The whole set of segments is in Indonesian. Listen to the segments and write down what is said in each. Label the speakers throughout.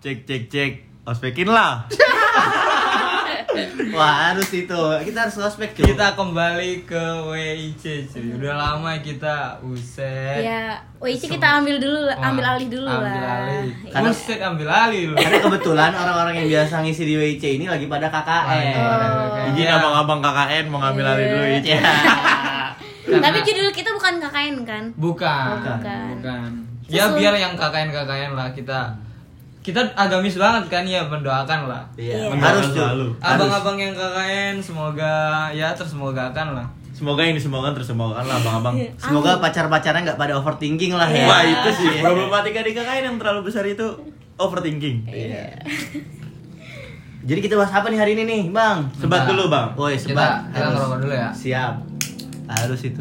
Speaker 1: Cek. Ospekin lah.
Speaker 2: Wah, harus itu. Kita harus ospek, cuy.
Speaker 3: Kita kembali ke WIC, cuy. Udah lama kita uset.
Speaker 4: Ya, WIC kita ambil alih dulu lah.
Speaker 3: Ambil alih.
Speaker 2: Karena-
Speaker 3: Uset ambil alih lu.
Speaker 2: Karena kebetulan orang-orang yang biasa ngisi di WIC ini lagi pada KKN.
Speaker 1: Izin abang-abang KKN mau ngambil alih dulu itu.
Speaker 2: Ya.
Speaker 4: Tapi judul kita bukan KKN kan?
Speaker 3: Bukan.
Speaker 4: Bukan.
Speaker 3: Ya biar yang KKN lah kita agamis banget kan ya, mendoakan lah.
Speaker 2: Iya,
Speaker 4: Iya.
Speaker 2: harus tuh.
Speaker 1: Selalu.
Speaker 3: Abang-abang yang KKN semoga ya tersemogakan lah.
Speaker 1: Semoga yang disemogakan tersemogakan lah abang-abang.
Speaker 2: Semoga pacar-pacarnya nggak pada overthinking lah ya.
Speaker 1: Wah itu sih problematika di KKN yang terlalu besar itu overthinking.
Speaker 2: Iya. Jadi kita bahas apa nih hari ini nih, Bang?
Speaker 1: Sebat dulu bang.
Speaker 2: Woi, sebat.
Speaker 3: Kita ngerokok dulu ya.
Speaker 2: Siap. Harus itu.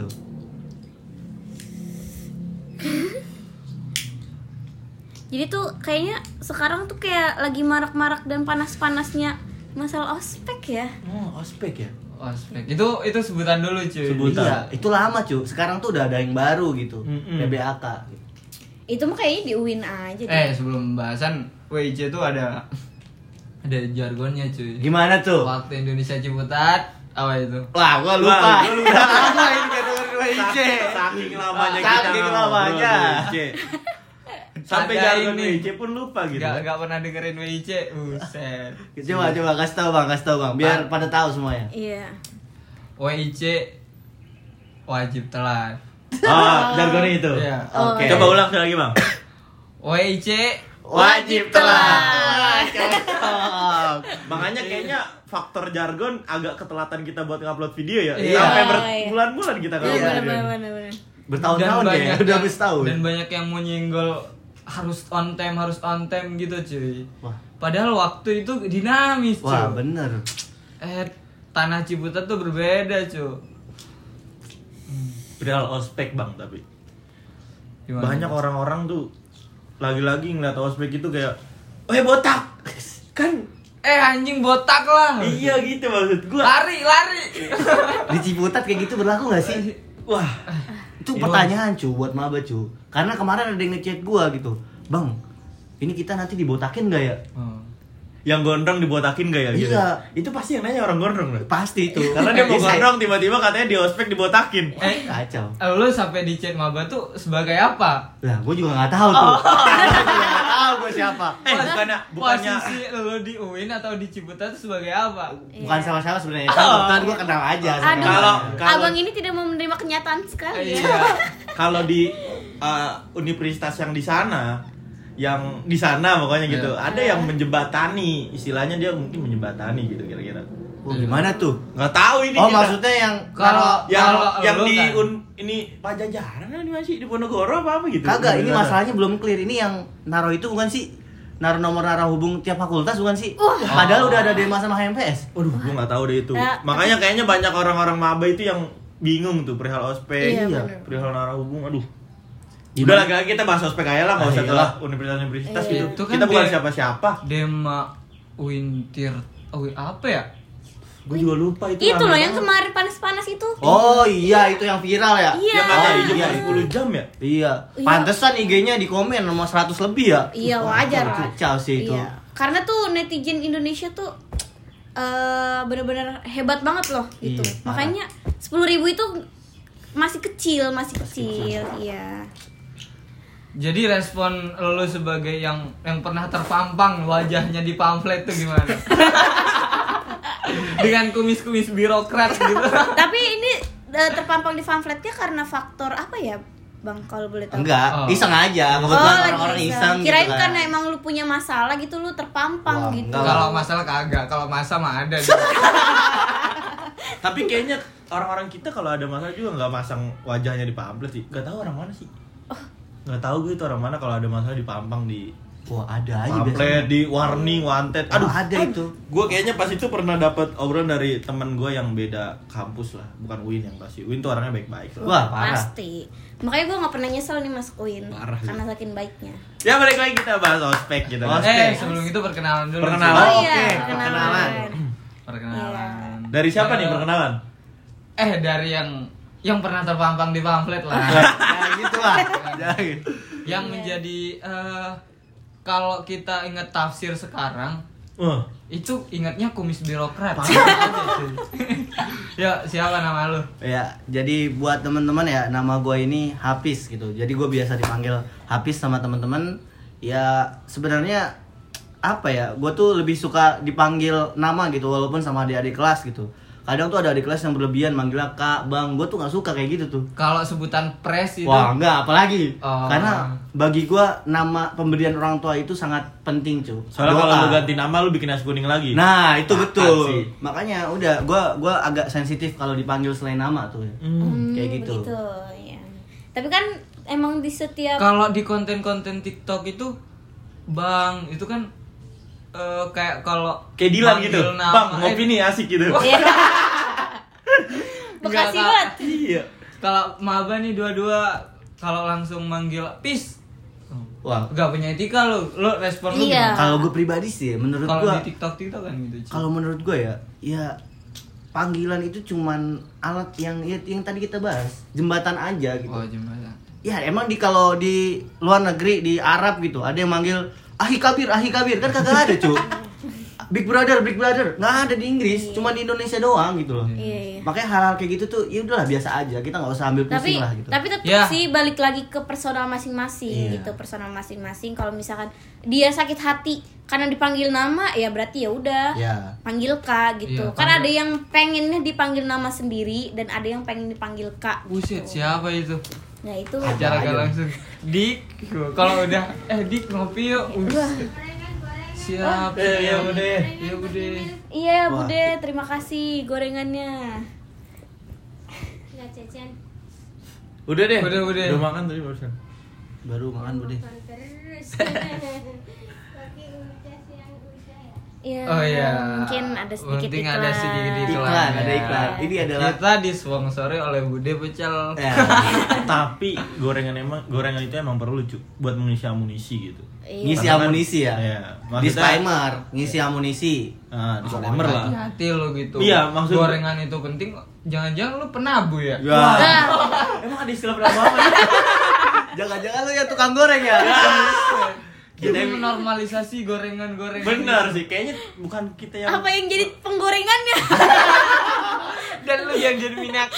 Speaker 4: Jadi tuh kayaknya sekarang tuh kayak lagi marak-marak dan panas-panasnya masalah ospek ya.
Speaker 2: Oh, ospek ya?
Speaker 3: Ospek. Itu sebutan dulu, cuy.
Speaker 1: Sebutan.
Speaker 2: Iya, itu lama cuy. Sekarang tuh udah ada yang baru gitu. PBAK.
Speaker 4: Itu mah kayaknya di UIN aja tuh.
Speaker 3: Sebelum pembahasan WIC tuh ada jargonnya, cuy.
Speaker 2: Gimana tuh?
Speaker 3: Waktu Indonesia Ciputat apa itu?
Speaker 2: Wah, gua lupa.
Speaker 1: Wah, gua lupa.
Speaker 2: Apa ini kategori WIC?
Speaker 1: Saking lamanya
Speaker 2: Saking
Speaker 1: kita
Speaker 2: lamanya.
Speaker 1: WIC. Sampai
Speaker 3: Ada
Speaker 1: jargon
Speaker 3: ini.
Speaker 1: WIC pun lupa gitu.
Speaker 3: Gak pernah dengerin WIC. Buset.
Speaker 2: Coba kasih tahu Bang, biar pada tahu semuanya.
Speaker 4: Iya.
Speaker 3: WIC wajib telat.
Speaker 1: Jargonnya itu.
Speaker 3: Iya.
Speaker 2: Oke.
Speaker 1: Coba ulang sekali lagi bang.
Speaker 3: WIC
Speaker 2: Wajib telat. Cocok.
Speaker 1: Makanya kayaknya faktor jargon agak ketelatan kita buat ngupload video ya.
Speaker 3: Iya.
Speaker 1: Sampai
Speaker 4: Iya.
Speaker 1: berbulan-bulan kita
Speaker 4: Iya,
Speaker 1: ngupload video.
Speaker 4: benar.
Speaker 2: Bertahun-tahun ya, udah habis tahun.
Speaker 3: Dan banyak yang mau nyenggol harus on time gitu, cuy.
Speaker 2: Wah.
Speaker 3: Padahal waktu itu dinamis, cuy.
Speaker 2: Wah, bener.
Speaker 3: Tanah Ciputat tuh berbeda, cuy.
Speaker 1: Perihal ospek bang tapi
Speaker 3: Gimana?
Speaker 1: banyak orang-orang tuh lagi-lagi ngeliat ospek itu kayak, botak kan.
Speaker 3: Anjing botak lah.
Speaker 1: Iya gitu maksud gua.
Speaker 3: Lari.
Speaker 2: Di Ciputat kayak gitu berlaku gak sih?
Speaker 1: Wah,
Speaker 2: Itu pertanyaan cu buat maba cu. Karena kemarin ada yang ngechat gua gitu. Bang, ini kita nanti dibotakin gak ya?
Speaker 1: yang gondrong dibotakin gak ya gitu?
Speaker 2: Iya.
Speaker 1: Itu pasti yang nanya orang gondrong deh.
Speaker 2: Pasti itu.
Speaker 1: Karena dia mau gondrong tiba-tiba katanya di ospek dibotakin.
Speaker 2: Kacau.
Speaker 3: Lu sampai di chat maba tuh sebagai apa?
Speaker 2: Lah, gua juga gak tahu tuh. Gua juga gak tahu gua siapa.
Speaker 1: Bukannya
Speaker 3: Posisi lu di UIN atau di Ciputat tuh sebagai apa?
Speaker 2: Bukan sama-sama sebenarnya. Kebetulan gua kenal aja sama
Speaker 4: Aduh,
Speaker 1: Kalau-
Speaker 4: abang ini tidak mau menerima kenyataan sekali ya.
Speaker 3: Iya.
Speaker 1: Kalau di universitas yang di sana pokoknya gitu, ada yang menjembatani, istilahnya dia mungkin menjembatani gitu kira-kira.
Speaker 2: Oh, gimana tuh?
Speaker 1: Nggak tahu ini.
Speaker 2: Oh,
Speaker 1: kita.
Speaker 2: maksudnya yang
Speaker 3: Kalau
Speaker 1: yang
Speaker 3: lu
Speaker 1: di
Speaker 3: kan?
Speaker 1: ini Pajajaran kan masih di Ponorogo apa gitu?
Speaker 2: kagak, ini
Speaker 1: Beneran.
Speaker 2: masalahnya belum clear. Ini yang naruh itu bukan sih? Naruh nomor hubung tiap fakultas bukan sih? Padahal udah ada Dema sama HMPS.
Speaker 1: Waduh, gua nggak tahu deh itu.
Speaker 4: Ya,
Speaker 1: Makanya kayaknya banyak orang-orang maba itu yang bingung tuh perihal ospek,
Speaker 4: Iya, bener.
Speaker 1: perihal narahubung. Aduh.
Speaker 2: Gimana?
Speaker 1: Udah lagi kita bahas ospek aja lah, nggak usah
Speaker 2: Iyalah.
Speaker 1: telah universitas-universitas
Speaker 4: Iya.
Speaker 1: gitu.
Speaker 3: Itu kan
Speaker 1: Kita bukan
Speaker 3: dia-
Speaker 1: siapa-siapa.
Speaker 3: Dema Wintir apa ya?
Speaker 1: Gue juga lupa itu.
Speaker 4: Itu
Speaker 1: rame
Speaker 4: loh yang
Speaker 1: banget.
Speaker 4: kemarin panas-panas itu.
Speaker 2: Oh iya, itu yang viral ya?
Speaker 4: Iya.
Speaker 1: Yang ada
Speaker 2: Oh,
Speaker 1: di
Speaker 2: iya,
Speaker 1: 10 jam ya?
Speaker 2: Iya.
Speaker 4: Iya.
Speaker 2: Pantesan IG-nya di komen nomor 100 lebih ya?
Speaker 4: Iya, wajar lah.
Speaker 2: Kacau sih itu.
Speaker 4: Iya. Karena tuh netizen Indonesia tuh bener-bener hebat banget loh gitu.
Speaker 2: Iya, parah.
Speaker 4: Makanya 10.000 itu masih kecil. Iya.
Speaker 3: Jadi respon lu sebagai yang pernah terpampang wajahnya di pamflet tuh gimana? Dengan kumis-kumis birokrat gitu.
Speaker 4: Tapi ini terpampang di pamfletnya karena faktor apa ya, Bang, kalau boleh tahu?
Speaker 2: Enggak,
Speaker 3: Oh.
Speaker 2: iseng aja.
Speaker 4: Oh,
Speaker 2: Kebetulan
Speaker 4: lagi
Speaker 2: orang-orang
Speaker 4: iseng.
Speaker 2: iseng
Speaker 4: Kirain
Speaker 2: gitu kan.
Speaker 4: karena emang lu punya masalah gitu lu terpampang
Speaker 2: Wah,
Speaker 4: gitu.
Speaker 2: enggak.
Speaker 3: Kalau masalah kagak, kalau masa mah ada.
Speaker 1: Tapi kayaknya orang-orang kita kalau ada masalah juga nggak masang wajahnya di pamflet sih. Nggak tahu orang mana sih. Nggak tahu gue itu orang mana kalau ada masalah dipampang di
Speaker 2: Wah, ada aja
Speaker 1: pamflet, di warning, wanted.
Speaker 2: Aduh,
Speaker 1: Aduh,
Speaker 2: ada itu.
Speaker 1: gue kayaknya pas itu pernah dapat obrolan dari teman gue yang beda kampus lah, bukan UIN yang pasti. UIN tuh orangnya baik-baik lah.
Speaker 2: Wah, parah.
Speaker 4: Pasti. Makanya gue gak pernah nyesel nih masuk UIN.
Speaker 1: Parah sih.
Speaker 4: Karena saking baiknya.
Speaker 1: Ya balik lagi kita bahas ospek gitu. kan.
Speaker 2: Ospek.
Speaker 3: Sebelum itu perkenalan dulu.
Speaker 1: Perkenalan.
Speaker 4: Oh
Speaker 2: Oke,
Speaker 4: iya,
Speaker 2: perkenalan.
Speaker 3: Perkenalan.
Speaker 1: Dari siapa nih perkenalan?
Speaker 3: Dari yang pernah terpampang di pamflet lah.
Speaker 2: Ya gitu lah.
Speaker 1: Jadi
Speaker 3: Yang menjadi kalau kita ingat tafsir sekarang itu ingatnya kumis birokrat. Ya, siapa nama lu?
Speaker 2: Ya, jadi buat teman-teman ya, nama gue ini Hafiz gitu. Jadi gue biasa dipanggil Hafiz sama teman-teman. Ya sebenarnya apa ya? Gue tuh lebih suka dipanggil nama gitu, walaupun sama adik-adik kelas gitu. Kadang tuh ada adik kelas yang berlebihan manggilnya Kak, Bang. Gue tuh nggak suka kayak gitu tuh.
Speaker 3: Kalau sebutan pres itu.
Speaker 2: Wah, enggak, apalagi.
Speaker 3: Oh.
Speaker 2: Karena bagi gue nama pemberian orang tua itu sangat penting, cu.
Speaker 1: Soalnya
Speaker 2: Doa.
Speaker 1: kalau lu ganti nama lu bikin nasi kuning lagi.
Speaker 2: Nah, itu
Speaker 1: Taat
Speaker 2: betul.
Speaker 1: sih.
Speaker 2: Makanya udah gua agak sensitif kalau dipanggil selain nama tuh. Kayak gitu.
Speaker 4: Begitu, ya. Tapi kan emang di setiap
Speaker 3: Kalau di konten-konten TikTok itu Bang, itu kan kayak kalau
Speaker 1: Kayak Dilan
Speaker 3: manggil
Speaker 1: gitu.
Speaker 3: nama-
Speaker 1: Bang, ngopi nih asik gitu.
Speaker 4: Iya.
Speaker 3: Enggak,
Speaker 4: Bekasi
Speaker 3: Kak.
Speaker 4: banget.
Speaker 1: Iya.
Speaker 3: Kalau maba nih dua-dua kalau langsung manggil Pis.
Speaker 2: Wah,
Speaker 3: Gak punya etika lu respon lu
Speaker 4: Iya.
Speaker 3: gimana?
Speaker 2: kalau gue pribadi sih, menurut
Speaker 3: Kalau
Speaker 2: gua
Speaker 3: di TikTok kan gitu. Ci.
Speaker 2: kalau menurut gua ya panggilan itu cuman alat yang tadi kita bahas, jembatan aja gitu.
Speaker 3: Oh, jembatan.
Speaker 2: Ya emang kalau di luar negeri, di Arab gitu, ada yang manggil ahi kabir kan kagak ada, cu. Big brother, nggak ada di Inggris, cuma di Indonesia doang gitu loh.
Speaker 4: Iya, iya.
Speaker 2: Makanya hal-hal kayak gitu tuh, ya udahlah biasa aja, kita nggak usah ambil pusing lah gitu.
Speaker 4: Tapi tetap
Speaker 3: Ya.
Speaker 4: sih balik lagi ke personal masing-masing
Speaker 2: Iya.
Speaker 4: gitu, personal masing-masing. Kalau misalkan dia sakit hati karena dipanggil nama, ya berarti ya udah
Speaker 2: Ya.
Speaker 4: panggil Kak gitu.
Speaker 3: Iya,
Speaker 4: Kan
Speaker 3: panggil.
Speaker 4: ada yang pengennya dipanggil nama sendiri dan ada yang pengen dipanggil Kak.
Speaker 3: Buset,
Speaker 4: gitu.
Speaker 3: siapa itu?
Speaker 4: Nah itu
Speaker 3: Acara gak
Speaker 2: aja.
Speaker 3: langsung. Dik, kalau udah Dik ngopi yuk. Siap.
Speaker 1: Iya, Bude.
Speaker 3: Iya, Bude.
Speaker 4: Iya
Speaker 2: Wah.
Speaker 4: Bude, terima kasih gorengannya.
Speaker 5: Nggak cecean
Speaker 1: Udah deh.
Speaker 3: Udah.
Speaker 1: Udah makan tadi barusan.
Speaker 2: Baru makan Bude.
Speaker 5: makan terus. Tapi udah siang udah ya.
Speaker 4: Iya.
Speaker 3: Oh iya.
Speaker 4: Mungkin ada sedikit
Speaker 3: Penting
Speaker 4: iklan.
Speaker 3: ada sedikit
Speaker 2: Iklan,
Speaker 3: ya.
Speaker 2: ada iklan. Ini adalah
Speaker 3: Kita disponsori oleh Bude Pecel.
Speaker 2: ya,
Speaker 1: Tapi gorengan itu emang perlu cu, buat mengisi amunisi gitu.
Speaker 4: Iya.
Speaker 2: ngisi
Speaker 1: Karena kan-
Speaker 2: amunisi ya.
Speaker 1: Iya, maksudnya-
Speaker 2: Disclaimer, ngisi amunisi.
Speaker 1: Nah, disclaimer lah.
Speaker 3: Hati-hati lo gitu.
Speaker 1: Iya, maksud-
Speaker 3: gorengan itu penting. Jangan-jangan lu penabu ya?
Speaker 2: Ya.
Speaker 1: Emang ada istilah berapa apa?
Speaker 2: Jangan-jangan lu ya tukang goreng ya?
Speaker 3: Kita menormalisasi gorengan-gorengan.
Speaker 1: Benar sih, kayaknya bukan kita yang
Speaker 4: Apa yang jadi penggorengannya?
Speaker 3: Dan lu yang jadi minyak.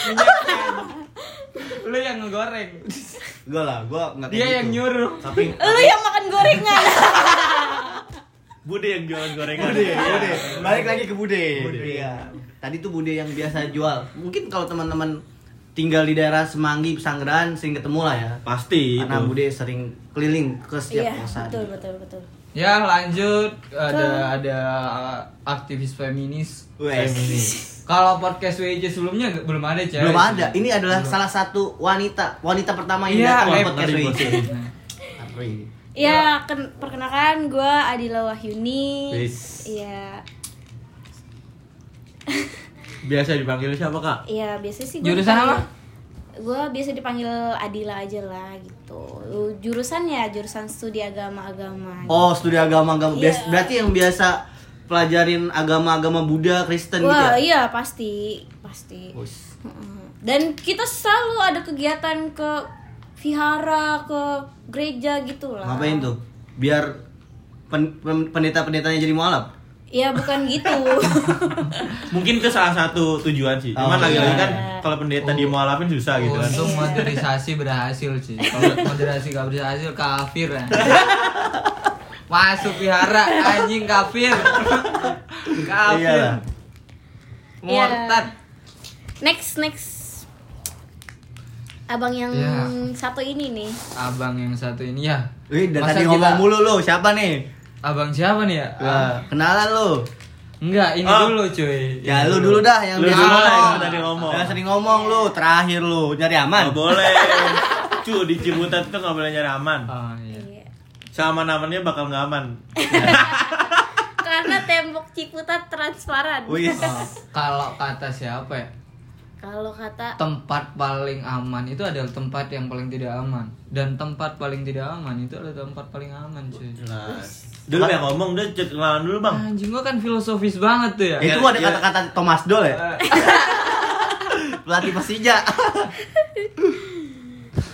Speaker 3: Lu yang ngegoreng.
Speaker 2: Gue lah, gue nggak kayak
Speaker 3: Dia
Speaker 2: gitu.
Speaker 3: yang nyuruh.
Speaker 1: tapi
Speaker 4: Lu yang makan gorengan.
Speaker 1: Bude yang jualan gorengan.
Speaker 2: Bude. Balik lagi ke Bude.
Speaker 1: Bude.
Speaker 2: Iya. Tadi tuh Bude yang biasa jual. Mungkin kalau teman-teman tinggal di daerah Semanggi, Pesanggerahan sering ketemu lah ya.
Speaker 1: Pasti
Speaker 2: Karena
Speaker 1: itu.
Speaker 2: Bude sering keliling ke setiap
Speaker 4: Iya,
Speaker 2: kosan.
Speaker 4: betul.
Speaker 3: Ya lanjut ada aktivis feminis.
Speaker 2: Wes.
Speaker 3: Kalau podcast WJ sebelumnya belum ada cewek.
Speaker 2: Belum ada. Ini adalah salah satu wanita pertama yang
Speaker 3: Iya,
Speaker 2: datang ke
Speaker 3: hebat
Speaker 2: podcast
Speaker 1: dari
Speaker 2: WJ.
Speaker 1: podcast.
Speaker 2: Apri.
Speaker 4: Ya, perkenalkan gue Adila Wahyuni.
Speaker 1: Wis.
Speaker 4: Iya.
Speaker 1: Biasa dipanggil siapa, Kak?
Speaker 4: Iya, biasa sih gua
Speaker 3: Jurusan
Speaker 4: dipanggil-
Speaker 3: apa?
Speaker 4: Gue biasa dipanggil Adila aja lah gitu. Jurusannya jurusan studi agama-agama.
Speaker 2: Oh, studi agama-agama.
Speaker 4: Iya.
Speaker 2: Berarti yang biasa pelajarin agama-agama Buddha, Kristen gitu
Speaker 4: Wah,
Speaker 2: ya?
Speaker 4: iya pasti.
Speaker 2: Wes.
Speaker 4: Heeh. Dan kita selalu ada kegiatan ke vihara, ke gereja gitu lah.
Speaker 2: Ngapain tuh? Biar pendeta-pendetanya jadi mualaf?
Speaker 4: Ya bukan gitu.
Speaker 1: Mungkin itu salah satu tujuan sih.
Speaker 2: Oh,
Speaker 1: Cuman lagi-lagi
Speaker 2: iya.
Speaker 1: kan kalau pendeta dia mau alafin susah gitu kan.
Speaker 3: Untung modernisasi berhasil sih. Kalau modernisasi gak berhasil kafir ya. Masuk vihara anjing kafir. Kafir.
Speaker 2: Iya.
Speaker 3: Murtad.
Speaker 4: Next. Abang yang
Speaker 3: Ya.
Speaker 4: satu ini nih.
Speaker 3: Abang yang satu ini ya.
Speaker 2: Wih, dari
Speaker 3: Masa
Speaker 2: tadi
Speaker 3: kita-
Speaker 2: ngomong mulu lu, siapa nih?
Speaker 3: Abang siapa nih ya?
Speaker 2: Wah, kenalan lu.
Speaker 3: Enggak, ini
Speaker 1: Oh.
Speaker 3: dulu cuy.
Speaker 2: Ya
Speaker 3: Ini
Speaker 2: lu dulu dah yang
Speaker 1: Lu
Speaker 2: biasa
Speaker 1: dulu lah
Speaker 2: ngomong.
Speaker 1: yang tadi ngomong.
Speaker 2: Yang sering ngomong lu, terakhir lu nyari aman.
Speaker 1: Nggak boleh. Cu, di Ciputat tuh nggak boleh nyari aman.
Speaker 3: Oh iya.
Speaker 4: Iya.
Speaker 1: Seaman-amannya bakal nggak aman.
Speaker 4: Karena tembok Ciputat transparan.
Speaker 2: Wih.
Speaker 3: Oh, kalau kata siapa ya?
Speaker 4: Kalau kata
Speaker 3: Tempat paling aman itu adalah tempat yang paling tidak aman. Dan tempat paling tidak aman itu adalah tempat paling aman cuy.
Speaker 1: Nah, dulu yang ngomong udah kenalan dulu bang.
Speaker 3: Anjing gua kan filosofis banget tuh ya.
Speaker 2: Itu ada kata-kata Thomas Doll ya? Pelatih Persija.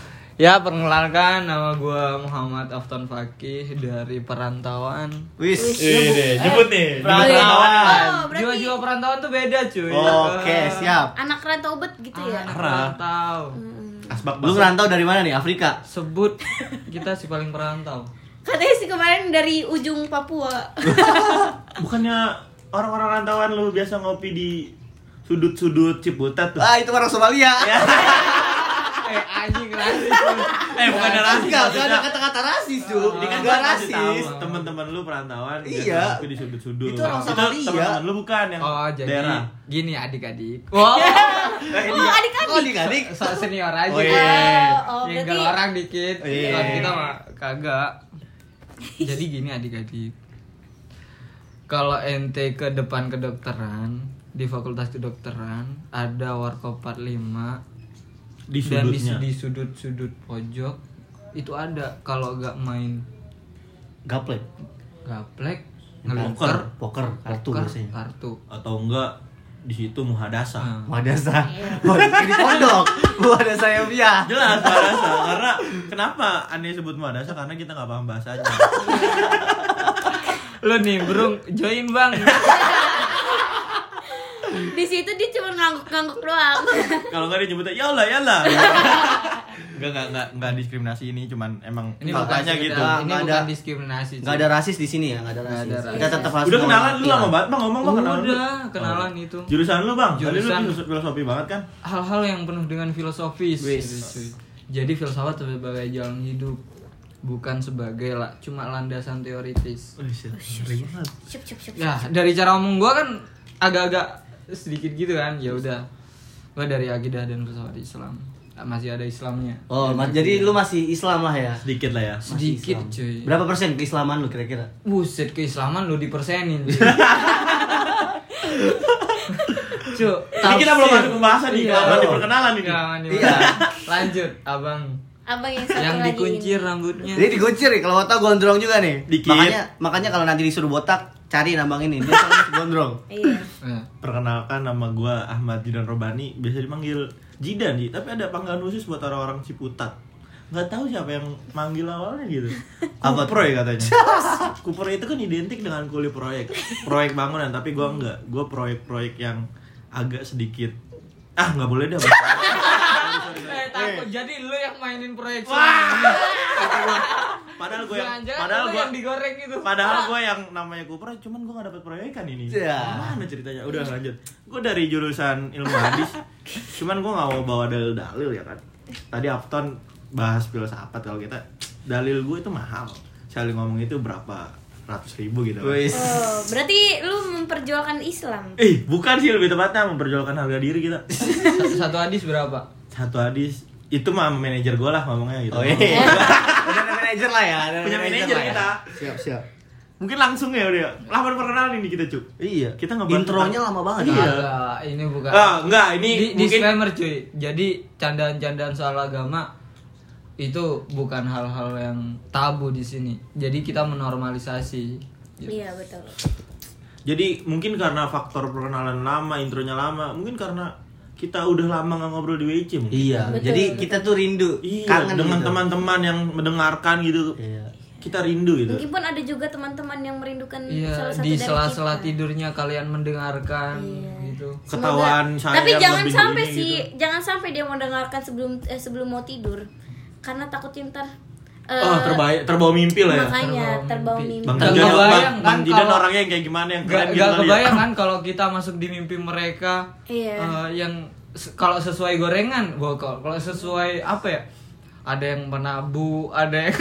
Speaker 3: Ya, perkenalkan, nama gua Muhammad Afton Fakih dari perantauan.
Speaker 2: Wis.
Speaker 1: Jemput nih.
Speaker 2: Perantauan.
Speaker 4: Oh, berarti
Speaker 3: Jiwa-jiwa perantauan tuh beda, cuy.
Speaker 2: Oke, siap.
Speaker 4: anak rantau bet gitu ya.
Speaker 3: Anak rantau.
Speaker 1: Asbak
Speaker 2: Lu ngerantau dari mana nih? Afrika.
Speaker 3: Sebut kita si paling perantau.
Speaker 4: Katanya sih kemarin dari ujung Papua.
Speaker 1: Bukannya orang-orang rantauan lu biasa ngopi di sudut-sudut Ciputat tuh?
Speaker 2: Ah, itu orang Somalia.
Speaker 3: Anjing rasis.
Speaker 1: Bukannya rasis.
Speaker 2: Enggak ada
Speaker 1: maksudnya.
Speaker 2: kata-kata rasis, Ju.
Speaker 1: Ini kan
Speaker 2: Enggak
Speaker 1: gua kasih tahu,
Speaker 2: rasis.
Speaker 1: teman-teman lu perantauan
Speaker 2: Iya.
Speaker 1: biasa ngopi di sudut-sudut.
Speaker 2: Itu orang Somalia.
Speaker 1: teman-teman lu bukan yang
Speaker 3: Oh, jadi
Speaker 1: daerah.
Speaker 3: gini adik-adik. Wow.
Speaker 4: Oh, adik-adik.
Speaker 2: Oh, adik-adik.
Speaker 3: So senior aja.
Speaker 1: Oh, iya.
Speaker 4: Oh,
Speaker 3: Yang
Speaker 4: berarti
Speaker 3: orang dikit.
Speaker 1: Iya.
Speaker 3: Kalau kita mah kagak. Jadi gini adik-adik. Kalau ente ke depan kedokteran, di fakultas kedokteran ada warkop 45
Speaker 1: Di
Speaker 3: dan
Speaker 1: sudutnya.
Speaker 3: di sudut-sudut pojok itu ada. Kalau nggak main
Speaker 2: Gaplek.
Speaker 3: gaplek,
Speaker 1: Poker.
Speaker 3: ngelinker,
Speaker 2: Poker kartu
Speaker 3: poker,
Speaker 2: biasanya.
Speaker 3: kartu.
Speaker 1: Atau enggak di situ muhadasa.
Speaker 2: Madrasah. Oh, di pondok. Madrasah yang biasa.
Speaker 1: Jelas muhadasa. Karena kenapa aneh sebut muhadasa? Karena kita nggak paham bahasanya.
Speaker 3: Lo nih burung join bang.
Speaker 4: di situ dia cuma ngangguk-ngangguk doang.
Speaker 1: Kalau nggak disebutnya ya Allah. Enggak diskriminasi ini, cuman emang
Speaker 3: Ini bukan
Speaker 1: faktanya gitu.
Speaker 3: ini
Speaker 2: Nggak
Speaker 3: bukan
Speaker 2: ada-
Speaker 3: diskriminasi.
Speaker 2: Enggak ada rasis di sini ya, enggak ada
Speaker 3: Nggak
Speaker 2: rasis.
Speaker 3: ada rasis.
Speaker 2: Kita tetap harus
Speaker 1: Udah kenalan lu
Speaker 2: menghormati
Speaker 1: lama
Speaker 2: lah.
Speaker 1: banget bang, ngomong bang kenalan lu.
Speaker 3: Udah kenalan itu.
Speaker 1: Jurusan lu bang, tadi lu
Speaker 3: Jurusan-
Speaker 1: filosofi banget kan?
Speaker 3: Hal-hal yang penuh dengan filosofis.
Speaker 2: Wis.
Speaker 3: gitu, cuy. Jadi filsafat sebagai jalan hidup, bukan sebagai cuma landasan teoritis.
Speaker 1: Sering banget.
Speaker 4: Syup.
Speaker 3: Ya dari cara ngomong gua kan agak-agak sedikit gitu kan. Ya udah, gua dari akidah dan filsafat Islam. Masih ada Islamnya.
Speaker 2: Oh, jadi lu masih Islam lah ya?
Speaker 1: Sedikit lah ya.
Speaker 2: Masih
Speaker 3: Sedikit,
Speaker 2: Islam.
Speaker 3: cuy.
Speaker 2: Berapa persen keislaman lu kira-kira?
Speaker 3: Buset, keislaman lu dipersenin. Cuk,
Speaker 1: Ini kita belum masuk pembahasan nih,
Speaker 3: Iya.
Speaker 1: kalau di perkenalan ini.
Speaker 3: Iya. Lanjut, abang.
Speaker 4: Abang yang satu
Speaker 3: Yang
Speaker 4: lagi
Speaker 3: dikuncir
Speaker 4: ini.
Speaker 3: rambutnya.
Speaker 2: Jadi dikuncir nih, kalau botak gondrong juga nih.
Speaker 1: Dikit.
Speaker 2: Makanya kalau nanti disuruh botak, cariin abang ini, dia soalnya gondrong.
Speaker 4: Iya.
Speaker 3: Nah,
Speaker 1: Perkenalkan, nama gua Ahmad Jidan Robani, biasa dipanggil Jidan sih, tapi ada panggilan khusus buat orang-orang Ciputat. Nggak tahu siapa yang manggil awalnya gitu.
Speaker 2: Apa tuh?
Speaker 1: Kuproy katanya. Kuproy itu kan identik dengan kuli proyek bangunan, tapi gua enggak. Gua proyek-proyek yang agak sedikit nggak boleh deh.
Speaker 3: takut jadi lu yang mainin proyek
Speaker 1: Padahal gue yang
Speaker 3: Jangan-jangan lu yang digoreng itu.
Speaker 1: Padahal gue yang namanya Kuproy, cuman gue gak dapet proyekan ini.
Speaker 2: Ya.
Speaker 1: Mana ceritanya? Udah lanjut. Gue dari jurusan ilmu hadis, cuman gue gak mau bawa dalil-dalil ya kan. Tadi Afton bahas filsafat, kalau kita dalil gue itu mahal. Saling ngomong itu berapa ratus ribu gitu.
Speaker 2: Wis.
Speaker 4: Oh, berarti lu memperjuangkan Islam.
Speaker 1: Bukan sih, lebih tepatnya memperjuangkan harga diri kita.
Speaker 3: Satu hadis berapa?
Speaker 1: Satu hadis itu mah manajer gue lah ngomongnya gitu.
Speaker 2: Oh iya. Udah ada manajer lah ya. ada
Speaker 1: Punya manajer
Speaker 2: lah ya.
Speaker 1: kita.
Speaker 2: Siap.
Speaker 1: Mungkin langsung ya udah. Lamar perkenalan ini kita, Cuk.
Speaker 2: Iya.
Speaker 1: Kita ngebahas
Speaker 2: Intronya
Speaker 1: tentang-
Speaker 2: lama banget.
Speaker 1: Iya.
Speaker 3: Enggak, ini bukan.
Speaker 1: Enggak, ini mungkin
Speaker 3: Disclaimer cuy. Jadi candaan-candaan soal agama itu bukan hal-hal yang tabu di sini. Jadi kita menormalisasi.
Speaker 4: Iya, betul.
Speaker 1: jadi mungkin karena faktor perkenalan lama, intronya lama, mungkin karena kita udah lama nggak ngobrol di WC mungkin.
Speaker 2: Iya.
Speaker 4: Betul,
Speaker 2: Jadi
Speaker 4: betul.
Speaker 2: kita tuh rindu,
Speaker 1: Iya,
Speaker 2: kangen
Speaker 1: dengan
Speaker 2: gitu.
Speaker 1: teman-teman yang mendengarkan gitu.
Speaker 2: Iya.
Speaker 1: Kita rindu gitu.
Speaker 4: Mungkin pun ada juga teman-teman yang merindukan
Speaker 3: Iya,
Speaker 4: salah satu
Speaker 3: di
Speaker 4: dari
Speaker 3: sela-sela
Speaker 4: kita.
Speaker 3: tidurnya kalian mendengarkan
Speaker 4: Iya.
Speaker 3: gitu.
Speaker 1: Ketahuan saya
Speaker 4: Tapi
Speaker 1: yang
Speaker 4: jangan
Speaker 1: lebih
Speaker 4: sampai
Speaker 1: ini
Speaker 4: sih,
Speaker 1: gitu.
Speaker 4: jangan sampai dia mendengarkan sebelum mau tidur. Karena takutnya ntar
Speaker 1: terbawa mimpi lah ya.
Speaker 4: makanya terbawa
Speaker 3: mimpi.
Speaker 4: mimpi.
Speaker 1: Bang
Speaker 3: Nggak
Speaker 1: Jidan,
Speaker 3: kebayang
Speaker 1: Bang
Speaker 3: kan
Speaker 1: Jidan
Speaker 3: kalau-
Speaker 1: orangnya yang kayak gimana, yang keren
Speaker 3: Gak
Speaker 1: gitu kali ya.
Speaker 3: kebayang kan kalau kita masuk di mimpi mereka
Speaker 4: Iya.
Speaker 3: yang kalau sesuai gorengan, kalau sesuai apa ya? Ada yang menabu, ada yang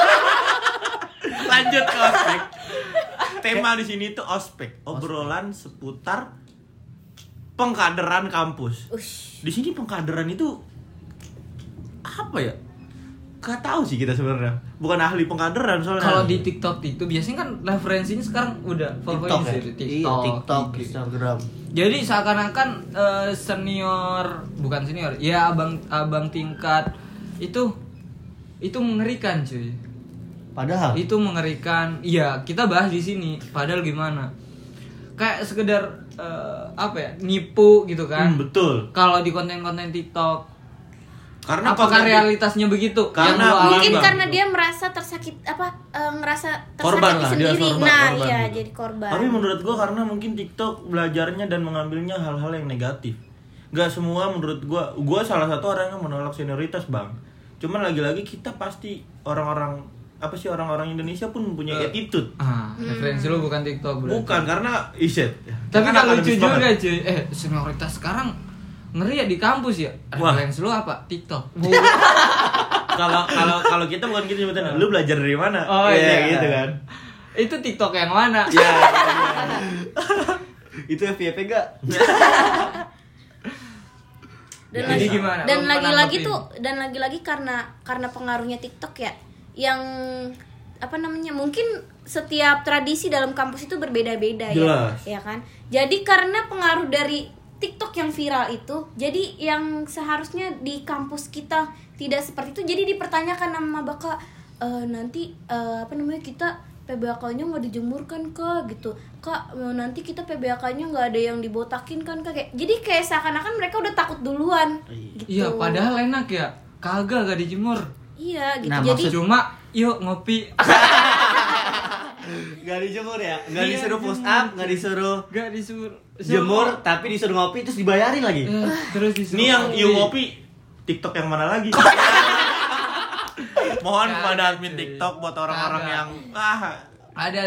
Speaker 1: Lanjut ke ospek. Tema di sini tuh ospek, obrolan seputar pengkaderan kampus.
Speaker 4: Ush.
Speaker 1: Di sini pengkaderan itu apa ya? Gak tahu sih kita sebenarnya. Bukan ahli pengkaderan soalnya.
Speaker 3: kalau di TikTok itu biasanya kan referensinya sekarang udah
Speaker 2: TikTok ya? Iya, TikTok,
Speaker 3: IG.
Speaker 2: Instagram.
Speaker 3: Jadi seakan-akan senior, bukan senior, ya abang tingkat itu mengerikan cuy.
Speaker 2: Padahal
Speaker 3: Itu mengerikan. Iya, kita bahas di sini. Padahal gimana? Kayak sekedar apa ya? Nipu gitu kan.
Speaker 1: betul.
Speaker 3: Kalau di konten-konten TikTok.
Speaker 1: Karena
Speaker 3: apakah
Speaker 1: konten-
Speaker 3: realitasnya begitu?
Speaker 1: Karena
Speaker 3: Yang lu alami?
Speaker 4: Mungkin
Speaker 1: Bang.
Speaker 4: karena dia merasa ngerasa
Speaker 1: Korban
Speaker 4: tersakiti
Speaker 1: lah, dia
Speaker 4: sendiri.
Speaker 1: korban,
Speaker 4: Nah,
Speaker 1: korban
Speaker 4: iya
Speaker 1: gitu.
Speaker 4: jadi korban.
Speaker 1: Tapi menurut gua karena mungkin TikTok belajarnya dan mengambilnya hal-hal yang negatif. Gak semua menurut gua salah satu orang yang menolak senioritas, Bang. Cuman lagi-lagi kita pasti orang-orang Indonesia pun punya attitude.
Speaker 3: Referensi lu bukan TikTok berarti.
Speaker 1: Bukan karena iset.
Speaker 3: Tapi
Speaker 1: Kan
Speaker 3: kalau
Speaker 1: akademis
Speaker 3: lucu juga
Speaker 1: banget.
Speaker 3: cuy. Senioritas sekarang ngeri ya di kampus ya.
Speaker 1: Wah.
Speaker 3: Referensi lu apa? TikTok.
Speaker 1: Kalau kita bukan gitu nyebutin, lu belajar dari mana?
Speaker 3: Oh,
Speaker 1: Iya,
Speaker 3: iya.
Speaker 1: gitu kan.
Speaker 3: Itu TikTok yang mana?
Speaker 1: Iya.
Speaker 2: Itu FYP gak?
Speaker 4: Dan
Speaker 3: Jadi
Speaker 4: lagi,
Speaker 3: gimana?
Speaker 4: dan
Speaker 3: Lu
Speaker 4: lagi-lagi
Speaker 3: menanggapin?
Speaker 4: tuh dan lagi-lagi karena pengaruhnya TikTok ya, yang mungkin setiap tradisi dalam kampus itu berbeda-beda
Speaker 1: Jelas.
Speaker 4: ya kan. Jadi karena pengaruh dari TikTok yang viral itu, jadi yang seharusnya di kampus kita tidak seperti itu, jadi dipertanyakan sama Baka, nanti kita PBAK-nya nggak dijemurkan Kak gitu, Kak nanti kita PBAK-nya nggak ada yang dibotakin kan Kak, jadi kayak seakan-akan mereka udah takut duluan gitu.
Speaker 3: Iya, padahal enak ya. Kagak gak dijemur.
Speaker 4: Iya gitu.
Speaker 2: Nah,
Speaker 4: Jadi
Speaker 3: Cuma yuk ngopi.
Speaker 2: Gak dijemur ya? Gak
Speaker 3: Iya,
Speaker 2: disuruh push
Speaker 3: dijemur.
Speaker 2: up, gak disuruh
Speaker 3: Gak disuruh
Speaker 2: jemur, tapi disuruh ngopi terus dibayarin lagi.
Speaker 3: terus disuruh
Speaker 1: Ini yang
Speaker 3: ngopi.
Speaker 1: you ngopi TikTok yang mana lagi? Mohon
Speaker 3: Kagak,
Speaker 1: kepada admin
Speaker 3: cuy.
Speaker 1: TikTok buat orang-orang
Speaker 3: Kagak.
Speaker 1: yang
Speaker 3: Ada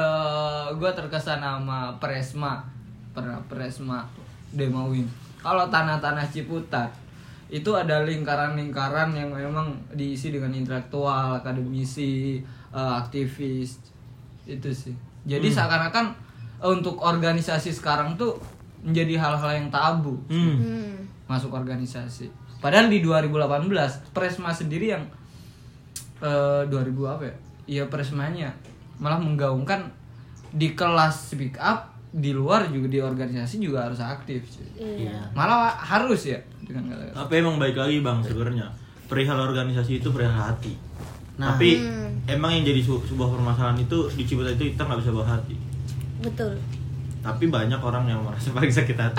Speaker 3: gue terkesan sama Presma, pernah Presma demauin. Kalau tanah-tanah Ciputat itu ada lingkaran-lingkaran yang memang diisi dengan intelektual, akademisi, aktivis, itu sih. Jadi seakan-akan untuk organisasi sekarang tuh menjadi hal-hal yang tabu masuk organisasi. Padahal di 2018 Presma sendiri yang 2000 apa ya? Iya Presmanya malah menggaungkan di kelas speak up, di luar juga di organisasi juga harus aktif. Cuy.
Speaker 2: Iya.
Speaker 3: Malah harus ya dengan kata-kata.
Speaker 1: tapi emang baik lagi Bang sebenarnya. Perihal organisasi itu perihal hati.
Speaker 2: Nah.
Speaker 1: Tapi emang yang jadi sebuah permasalahan itu di Ciputat itu kita nggak bisa bawa hati.
Speaker 4: betul.
Speaker 1: Tapi banyak orang yang merasa paling sakit hati.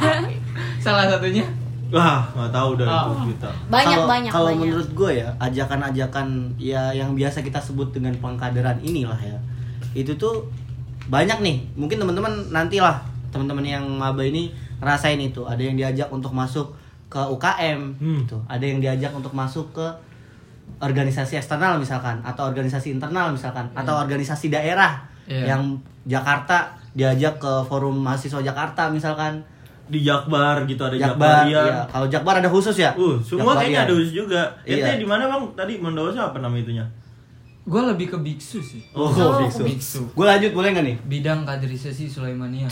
Speaker 3: Salah satunya
Speaker 1: Wah, nggak tahu dari
Speaker 3: Oh.
Speaker 1: itu kita.
Speaker 4: Banyak.
Speaker 2: Kalau menurut gue ya, ajakan-ajakan ya yang biasa kita sebut dengan pengkaderan inilah ya. Itu tuh banyak nih. Mungkin teman-teman nantilah teman-teman yang maba ini ngerasain itu. Ada yang diajak untuk masuk ke UKM gitu. Ada yang diajak untuk masuk ke organisasi eksternal misalkan, atau organisasi internal misalkan, atau organisasi daerah.
Speaker 3: Iya.
Speaker 2: Yang Jakarta diajak ke forum mahasiswa Jakarta misalkan.
Speaker 1: Di Jakbar gitu ada
Speaker 2: Jakbar,
Speaker 1: Jakbarian.
Speaker 2: iya. Kalau Jakbar ada khusus ya?
Speaker 1: Semua kayaknya ada
Speaker 2: Jakbarian.
Speaker 1: khusus juga.
Speaker 2: Iya.
Speaker 1: Itu di mana Bang? Tadi Mendoza apa nama itunya?
Speaker 3: gue lebih ke biksu sih.
Speaker 2: Oh,
Speaker 3: Biksu.
Speaker 2: Gue lanjut boleh nggak nih?
Speaker 3: Bidang kaderisasi Sulaimania.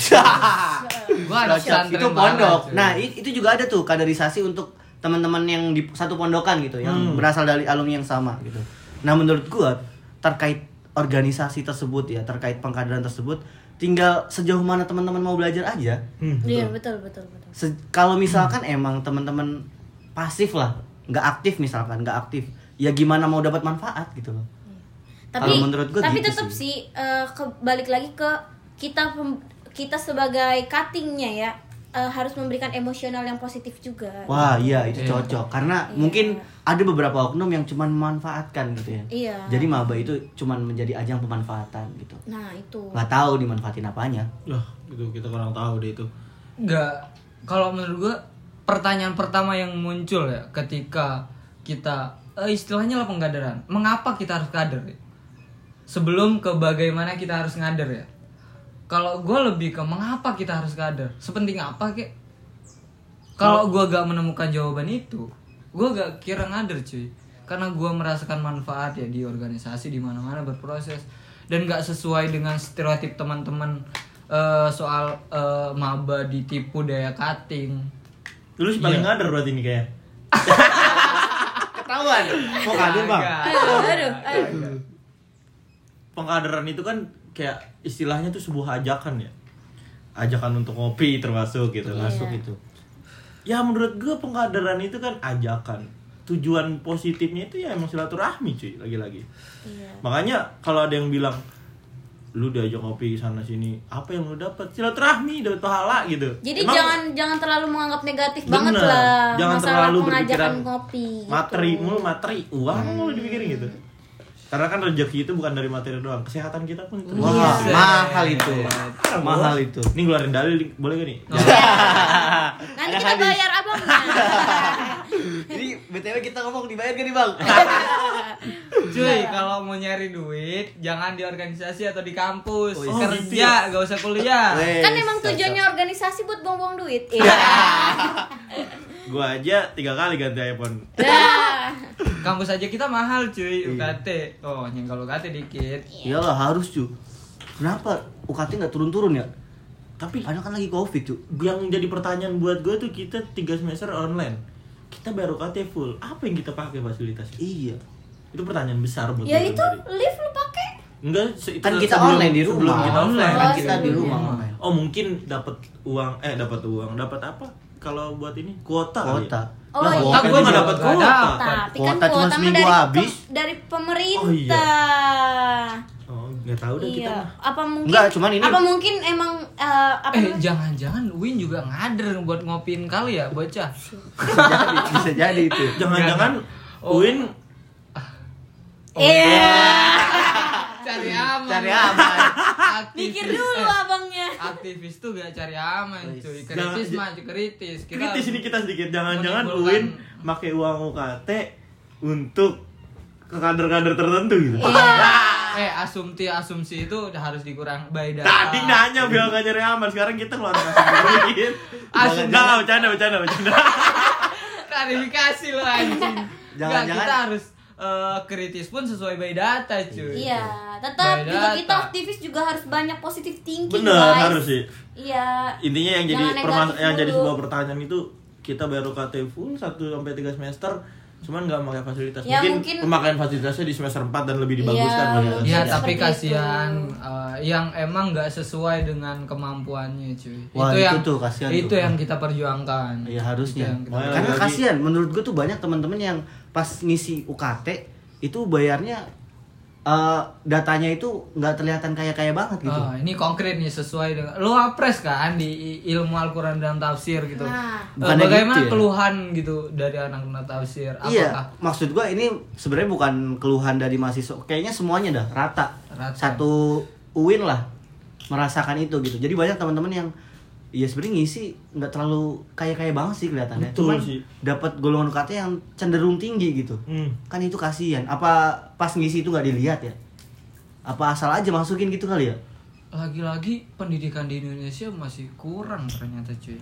Speaker 3: Gue ada pesantren
Speaker 2: Itu pondok.
Speaker 3: banget, cuy.
Speaker 2: Nah, itu juga ada tuh kaderisasi untuk teman-teman yang di satu pondokan gitu, yang berasal dari alumni yang sama gitu. Nah, menurut gua terkait organisasi tersebut ya, terkait pengkaderan tersebut, tinggal sejauh mana teman-teman mau belajar aja.
Speaker 4: Iya, betul.
Speaker 2: Kalau misalkan emang teman-teman pasif lah, nggak aktif misalkan, nggak aktif, ya gimana mau dapat manfaat gitu loh.
Speaker 4: Tapi
Speaker 2: Kalau menurut gua
Speaker 4: tapi
Speaker 2: gitu
Speaker 4: tetap
Speaker 2: sih.
Speaker 4: balik lagi ke kita sebagai cuttingnya ya, harus memberikan emosional yang positif juga.
Speaker 2: Wah, iya itu
Speaker 3: Iya.
Speaker 2: cocok karena
Speaker 4: Iya.
Speaker 2: mungkin ada beberapa oknum yang cuman memanfaatkan gitu ya.
Speaker 4: Iya.
Speaker 2: Jadi maba itu cuman menjadi ajang pemanfaatan gitu.
Speaker 4: Nah itu.
Speaker 2: Nggak tahu dimanfaatin apanya.
Speaker 1: Wah, gitu kita kurang tahu deh itu.
Speaker 3: Enggak. Kalau menurut gue pertanyaan pertama yang muncul ya ketika kita istilahnya lah pengkaderan. Mengapa kita harus kader ya? Sebelum ke bagaimana kita harus ngader ya. Kalau gue lebih ke mengapa kita harus kader? Sepenting apa kek? Kalau gue gak menemukan jawaban itu, gue gak kira ngader cuy. Karena gue merasakan manfaat ya di organisasi di mana-mana berproses dan gak sesuai dengan stereotip teman-teman soal maba ditipu daya cutting.
Speaker 1: Lu sih paling
Speaker 3: Iya.
Speaker 1: ngader berarti ini kayak.
Speaker 2: Ketahuan. Mau kader bang?
Speaker 4: Aduh.
Speaker 1: Pengkaderan itu kan kayak istilahnya tuh sebuah ajakan ya. Ajakan untuk ngopi termasuk gitu.
Speaker 2: Masuk itu.
Speaker 1: Ya menurut gue pengkaderan itu kan ajakan. Tujuan positifnya itu ya emang silaturahmi cuy, lagi-lagi.
Speaker 4: Iya.
Speaker 1: Makanya kalau ada yang bilang lu diajak ngopi sana sini, apa yang lu dapat? Silaturahmi, dapat pahala gitu.
Speaker 4: Jadi
Speaker 1: Emang
Speaker 4: jangan terlalu menganggap negatif
Speaker 1: bener,
Speaker 4: banget lah
Speaker 1: jangan
Speaker 4: masalah
Speaker 1: terlalu
Speaker 4: pengajakan
Speaker 1: berpikiran
Speaker 4: kopi gitu.
Speaker 1: materi, uang lu dipikirin gitu. Karena kan rezeki itu bukan dari materi doang, kesehatan kita pun itu.
Speaker 2: Wah, mahal itu.
Speaker 1: Mahal,
Speaker 2: Mahal itu.
Speaker 1: Ini ngeluarin dalil boleh gak nih?
Speaker 4: Nanti kita bayar abangnya.
Speaker 2: Jadi BTW kita ngomong dibayar gak nih, Bang?
Speaker 3: Cuy, kalau mau nyari duit jangan di organisasi atau di kampus.
Speaker 2: Oh,
Speaker 3: Kerja, gak usah kuliah.
Speaker 4: Kan emang tujuannya organisasi buat buang-buang duit. Iya.
Speaker 1: Gua aja 3 kali ganti iPhone.
Speaker 4: Dah.
Speaker 3: Kampus aja kita mahal cuy, UKT. Oh, nyenggol UKT dikit.
Speaker 2: Iyalah harus, cu. Kenapa UKT nggak turun-turun ya?
Speaker 1: Tapi
Speaker 2: Padahal kan lagi Covid, cu.
Speaker 1: yang jadi pertanyaan buat gue tuh, kita 3 semester online, kita bayar UKT full, apa yang kita pakai fasilitasnya?
Speaker 2: Iya.
Speaker 1: Itu pertanyaan besar buat
Speaker 4: Ya
Speaker 1: gue
Speaker 4: itu
Speaker 1: tadi.
Speaker 4: lift lu pakai.
Speaker 1: Enggak,
Speaker 2: Kan kita online di
Speaker 1: sebelum
Speaker 2: rumah.
Speaker 1: kita offline.
Speaker 2: Kan
Speaker 4: Oh,
Speaker 2: kita di
Speaker 4: sebelum.
Speaker 2: rumah online.
Speaker 1: Oh mungkin dapat uang, dapat apa? Kalau buat ini kuota. kali
Speaker 2: Kuota.
Speaker 1: ya?
Speaker 4: Oh,
Speaker 1: Lah,
Speaker 4: iya.
Speaker 1: gua kan
Speaker 3: Gua
Speaker 1: nggak
Speaker 3: juga
Speaker 1: dapat
Speaker 3: nggak
Speaker 1: kuota.
Speaker 3: dapet.
Speaker 4: Tapi kan
Speaker 2: Kuota cuma
Speaker 4: kuota mah
Speaker 2: seminggu habis.
Speaker 4: dari pemerintah.
Speaker 1: Oh nggak tahu deh kita.
Speaker 4: Iya.
Speaker 1: mah.
Speaker 4: Apa mungkin?
Speaker 2: Enggak, cuman ini-
Speaker 4: Apa mungkin emang apa? namanya?
Speaker 3: Jangan-jangan Win juga ngader buat ngopiin kali ya, bocah.
Speaker 2: Bisa jadi itu.
Speaker 1: Jangan-jangan
Speaker 3: Oh.
Speaker 1: Win
Speaker 4: Iya.
Speaker 3: Cari aman.
Speaker 2: Cari aman.
Speaker 3: Aktivis.
Speaker 4: Pikir dulu abangnya.
Speaker 3: Aktivis tuh gak cari aman, cuy.
Speaker 1: Jangan-
Speaker 3: Kritis mah kritis.
Speaker 1: kritis ini kita sedikit. Jangan-jangan
Speaker 3: menimbulkan-
Speaker 1: Win pakai uang UKT untuk ke kader-kader tertentu gitu.
Speaker 4: Iya.
Speaker 3: Asumsi itu udah harus dikurang by data.
Speaker 1: Tadi nanya bilang gak nyari aman, sekarang kita keluar kasih duit. Enggak, bercanda.
Speaker 3: Klarifikasi lo anjing.
Speaker 2: Jangan-jangan-
Speaker 3: Nggak, kita harus kritis pun sesuai by data, cuy.
Speaker 4: Iya, tetap
Speaker 3: By
Speaker 4: juga
Speaker 3: data.
Speaker 4: kita aktivis juga harus banyak positif thinking,
Speaker 1: Bener,
Speaker 4: guys.
Speaker 1: harus sih.
Speaker 4: Iya.
Speaker 1: Intinya yang jadi
Speaker 4: Jangan negatif
Speaker 1: yang jadi
Speaker 4: dulu.
Speaker 1: sebuah pertanyaan itu, kita bayar UKT full 1 sampai 3 semester, cuman nggak pakai fasilitas.
Speaker 4: Ya,
Speaker 1: mungkin
Speaker 4: mungkin-
Speaker 1: pemakaian fasilitasnya di semester 4 dan lebih dibaguskan
Speaker 4: Iya,
Speaker 1: fasilitasnya.
Speaker 3: Ya,
Speaker 4: Seperti
Speaker 3: tapi
Speaker 4: itu.
Speaker 3: kasihan yang emang nggak sesuai dengan kemampuannya, cuy.
Speaker 2: Wah, itu
Speaker 3: yang
Speaker 2: tuh, kasihan
Speaker 3: itu
Speaker 2: tuh.
Speaker 3: yang kita perjuangkan.
Speaker 2: Iya harusnya.
Speaker 3: Itu yang kita-
Speaker 1: Makanya
Speaker 2: Karena
Speaker 1: lagi-lagi-
Speaker 2: kasihan menurut gue tuh banyak teman-teman yang pas ngisi UKT itu bayarnya datanya itu nggak terlihatan kaya banget gitu.
Speaker 3: Oh, ini konkret nih sesuai dengan lo apres kan di ilmu Al-Qur'an dan tafsir gitu.
Speaker 4: Nah.
Speaker 2: Bukannya
Speaker 3: Bagaimana
Speaker 2: gitu ya?
Speaker 3: keluhan gitu dari anak-anak tafsir?
Speaker 2: Iya,
Speaker 3: Apakah
Speaker 2: maksud gua ini sebenarnya bukan keluhan dari mahasiswa. Kayaknya semuanya dah rata.
Speaker 3: Rata.
Speaker 2: Satu UIN lah merasakan itu gitu. Jadi banyak teman-teman yang ya sebenarnya ngisi nggak terlalu kaya banget sih kelihatannya.
Speaker 1: Betul
Speaker 2: Cuman
Speaker 1: sih.
Speaker 2: dapat golongan UKT yang cenderung tinggi gitu. Kan itu kasihan. Apa pas ngisi itu nggak dilihat ya? Apa asal aja masukin gitu kali ya?
Speaker 3: lagi-lagi pendidikan di Indonesia masih kurang ternyata, cuy.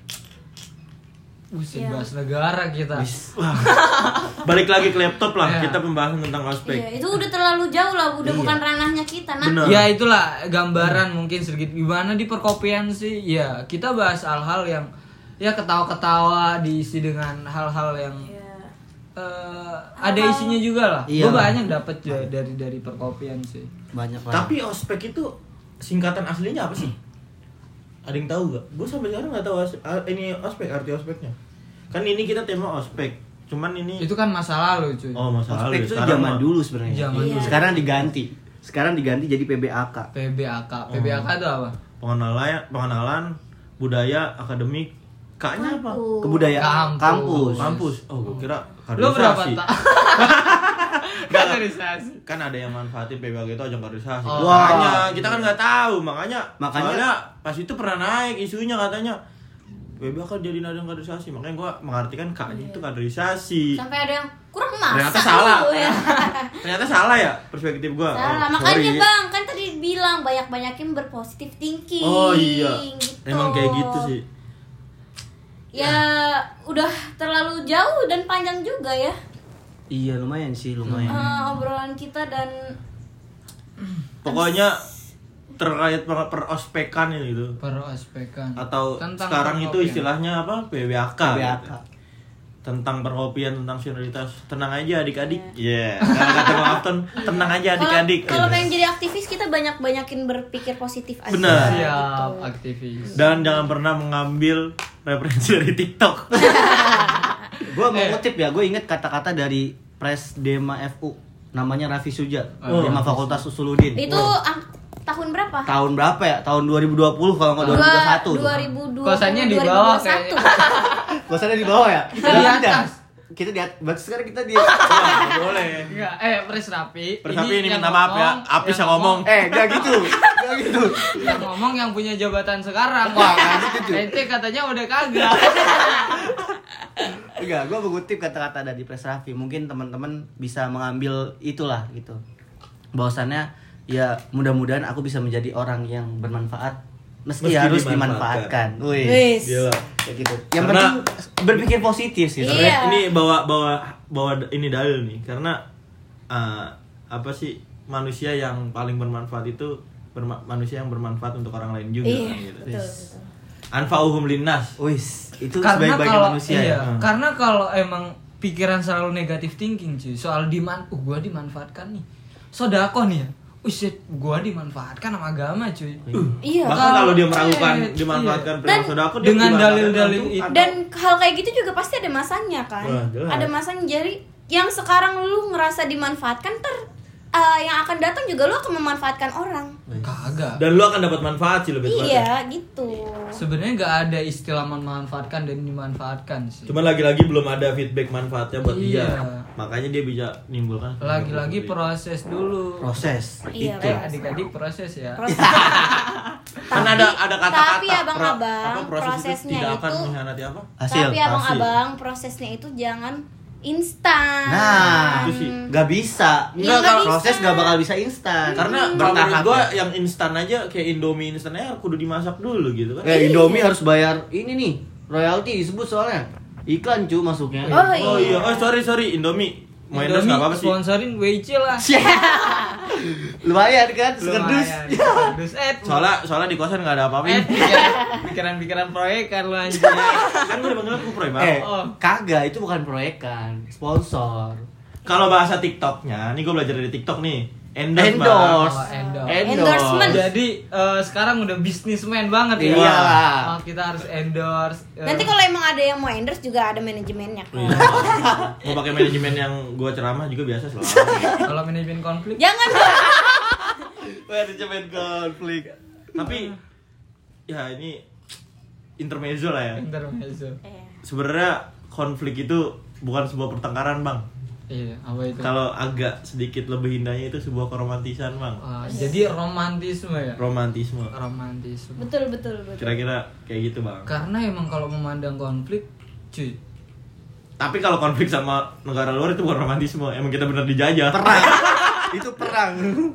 Speaker 3: Buset,
Speaker 4: Iya.
Speaker 3: bahas negara kita.
Speaker 1: Wah, balik lagi ke laptop lah,
Speaker 3: Iya.
Speaker 1: kita pembahasan tentang ospek.
Speaker 4: Iya, itu udah terlalu jauh lah, udah
Speaker 2: Iya.
Speaker 4: bukan ranahnya kita. Nah,
Speaker 1: Bener.
Speaker 3: Ya itulah gambaran mungkin sedikit gimana di perkopian sih. Ya, kita bahas hal-hal yang ya ketawa-ketawa diisi dengan hal-hal yang ada isinya juga lah.
Speaker 2: Iya.
Speaker 3: Gue banyak dapet ya dari perkopian sih.
Speaker 2: Banyak lah.
Speaker 1: Tapi ospek itu singkatan aslinya apa sih? Ada yang tahu gak? Gue sampai sekarang nggak tahu ini ospek, arti ospeknya. Kan ini kita tema ospek, cuman ini
Speaker 3: Itu kan masa lalu, cuy.
Speaker 1: oh masalah
Speaker 2: ospek itu zaman dulu sebenarnya.
Speaker 3: Zaman
Speaker 4: dulu.
Speaker 2: Sekarang diganti. Sekarang diganti jadi PBAK.
Speaker 3: PBAK. PBAK itu apa?
Speaker 1: pengenalan budaya akademik. K-nya apa?
Speaker 2: Kebudayaan
Speaker 3: Kampus.
Speaker 1: Kampus. Oh, gue kira
Speaker 3: Lu berapa
Speaker 1: kaderisasi.
Speaker 3: tak?
Speaker 1: Nggak.
Speaker 3: Kaderisasi.
Speaker 1: Kan ada yang manfaatin PBAK itu ajang kaderisasi.
Speaker 3: Oh.
Speaker 1: Makanya kita kan nggak tahu, makanya
Speaker 2: Makanya-
Speaker 1: soalnya pas itu pernah naik isunya katanya PBAK jadi ajang kaderisasi. Makanya gua mengartikan K-nya itu kaderisasi.
Speaker 4: sampai ada yang kurang masak.
Speaker 1: Ternyata salah.
Speaker 4: lu ya.
Speaker 1: Ternyata salah ya perspektif gua.
Speaker 4: Salah,
Speaker 1: Oh,
Speaker 4: makanya
Speaker 1: sorry.
Speaker 4: Bang, kan tadi bilang banyak-banyakin berpositif thinking.
Speaker 1: Oh iya.
Speaker 4: Gitu.
Speaker 1: Emang kayak gitu sih.
Speaker 4: Ya udah terlalu jauh dan panjang juga ya
Speaker 2: Iya lumayan sih lumayan.
Speaker 4: obrolan kita dan
Speaker 1: Pokoknya terkait perospekan ini gitu.
Speaker 3: Perospekan.
Speaker 1: Atau
Speaker 3: Tentang
Speaker 1: sekarang itu
Speaker 3: perkopian.
Speaker 1: istilahnya apa? PBAK.
Speaker 2: PBAK.
Speaker 1: gitu. Tentang perkopian, tentang senioritas. Tenang aja adik-adik. Iya. Kalau kata Bang Afton, tenang aja adik-adik.
Speaker 4: kalau
Speaker 1: Gitu.
Speaker 4: pengen jadi aktivis kita banyakin berpikir positif aja.
Speaker 1: Benar.
Speaker 3: Siap, aktivis.
Speaker 1: Dan jangan pernah mengambil referensi dari TikTok.
Speaker 2: Gue mau ngutip ya, gue inget kata-kata dari Presdema FU, namanya Raffi Suja,
Speaker 1: Oh.
Speaker 2: Dema Fakultas Usuluddin.
Speaker 4: Itu tahun berapa?
Speaker 2: Tahun berapa ya? Tahun 2020 kalau nggak 2021.
Speaker 4: 2020.
Speaker 3: Kosannya di bawah
Speaker 4: 2021.
Speaker 3: kayaknya.
Speaker 2: Kosannya di bawah ya?
Speaker 3: Kita di atas.
Speaker 2: Kita di atas. Berarti sekarang kita di
Speaker 1: Nggak boleh.
Speaker 3: Enggak, Pres Rapi.
Speaker 1: Pres Rapi ini
Speaker 3: yang
Speaker 1: minta maaf ya. Apis yang ngomong.
Speaker 2: nggak gitu. Nggak gitu.
Speaker 3: Yang ngomong yang punya jabatan sekarang.
Speaker 2: Wah, nggak gitu.
Speaker 3: Ente katanya udah kagak.
Speaker 2: Enggak, gue mengutip kata-kata dari Pres Raffi. Mungkin teman-teman bisa mengambil itulah gitu. Bahwasannya ya mudah-mudahan aku bisa menjadi orang yang bermanfaat meski harus dimanfaatkan. Wih.
Speaker 4: Wis.
Speaker 1: Gila.
Speaker 2: Kayak gitu. Yang
Speaker 1: Karena-
Speaker 2: penting berpikir positif sih.
Speaker 4: Iya.
Speaker 1: Ini bawa ini dalil nih karena apa sih manusia yang paling bermanfaat itu manusia yang bermanfaat untuk orang lain juga
Speaker 4: Iya,
Speaker 1: kan, gitu.
Speaker 4: betul.
Speaker 1: Anfa'uhum linnas.
Speaker 2: Wis, itu
Speaker 3: Karena
Speaker 2: sebaik-baiknya
Speaker 3: kalau
Speaker 2: manusia
Speaker 3: iya,
Speaker 2: ya.
Speaker 3: karena kalau emang pikiran selalu negatif thinking cuy, soal gua dimanfaatkan nih. Sodako nih ya. Uset, gua dimanfaatkan sama agama cuy.
Speaker 4: Iya.
Speaker 1: Bahkan kalau dia meragukan
Speaker 3: Iya.
Speaker 1: dimanfaatkan
Speaker 4: Dan
Speaker 1: perilaku sodako dia
Speaker 3: dengan
Speaker 1: juga
Speaker 3: dalil-dalil
Speaker 1: akan
Speaker 3: itu.
Speaker 4: Dan hal kayak gitu juga pasti ada masanya kan.
Speaker 1: Wah, jelas.
Speaker 4: Ada masanya, jadi yang sekarang lu ngerasa dimanfaatkan yang akan datang juga lu akan memanfaatkan orang.
Speaker 3: Kagak.
Speaker 1: dan lu akan dapat manfaat sih lebih tepatnya.
Speaker 4: Iya, gitu.
Speaker 3: Sebenarnya nggak ada istilah memanfaatkan dan dimanfaatkan sih.
Speaker 1: Cuman lagi-lagi belum ada feedback manfaatnya buat
Speaker 3: Iya.
Speaker 1: dia. Makanya dia bisa nimbulkan
Speaker 3: Lagi-lagi proses dulu.
Speaker 2: Proses.
Speaker 4: Iya,
Speaker 2: Itu.
Speaker 3: Adik-adik proses ya.
Speaker 4: Proses.
Speaker 1: Kan ada kata-kata
Speaker 4: tapi abang-abang,
Speaker 1: proses itu
Speaker 4: prosesnya
Speaker 1: tidak akan
Speaker 4: itu-
Speaker 1: mengkhianati apa?
Speaker 2: Hasil.
Speaker 4: Tapi abang-abang prosesnya itu jangan instan.
Speaker 2: Nah,
Speaker 1: Itu sih.
Speaker 2: nggak bisa.
Speaker 4: Iya, nggak bisa.
Speaker 2: Proses nggak bakal bisa instan.
Speaker 1: Karena kalau
Speaker 2: bertahap.
Speaker 1: menurut gua yang instan aja kayak Indomie instan aja kudu dimasak dulu gitu kan.
Speaker 2: Indomie harus bayar ini nih, royalti disebut soalnya. Iklan cu masuknya.
Speaker 1: Oh iya, sorry Indomie. Mau endorse
Speaker 3: Indomie
Speaker 1: enggak apa-apa sih?
Speaker 3: sponsorin WC lah.
Speaker 2: Lumayan kan, sekerdus.
Speaker 3: Lumayan, sekerdus.
Speaker 1: Soalnya di kosan enggak ada apa-apa.
Speaker 3: Pikiran proyek kan lu anjing.
Speaker 1: Kan gua udah panggil aku proyek, Bang.
Speaker 3: Oh.
Speaker 2: Kagak, itu bukan proyekan, sponsor.
Speaker 1: Kalau bahasa TikToknya, nih gue belajar dari TikTok nih. Endorse.
Speaker 2: Endorse.
Speaker 3: Oh, endorse.
Speaker 4: Endorsement.
Speaker 3: Jadi sekarang udah bisnismen banget ya.
Speaker 2: Iya.
Speaker 3: Oh, kita harus endorse.
Speaker 4: Nanti kalau emang ada yang mau endorse juga ada manajemennya kok.
Speaker 1: Iya. Mau pakai manajemen yang gua ceramah juga biasa selalu.
Speaker 3: Kalau manajemen konflik
Speaker 4: Jangan dong.
Speaker 2: Manajemen konflik.
Speaker 1: Tapi ya ini intermezzo lah ya.
Speaker 3: intermezzo.
Speaker 1: Sebenarnya konflik itu bukan sebuah pertengkaran, Bang.
Speaker 3: Iya, apa itu?
Speaker 1: Kalau agak sedikit lebih indahnya itu sebuah keromantisan, Bang.
Speaker 3: Jadi romantisme ya.
Speaker 1: Romantisme.
Speaker 3: Romantisme.
Speaker 4: Betul.
Speaker 1: Kira-kira kayak gitu, Bang.
Speaker 3: Karena emang kalau memandang konflik, cuy.
Speaker 1: Tapi kalau konflik sama negara luar itu bukan romantisme, emang kita benar dijajah.
Speaker 2: Perang. Itu perang.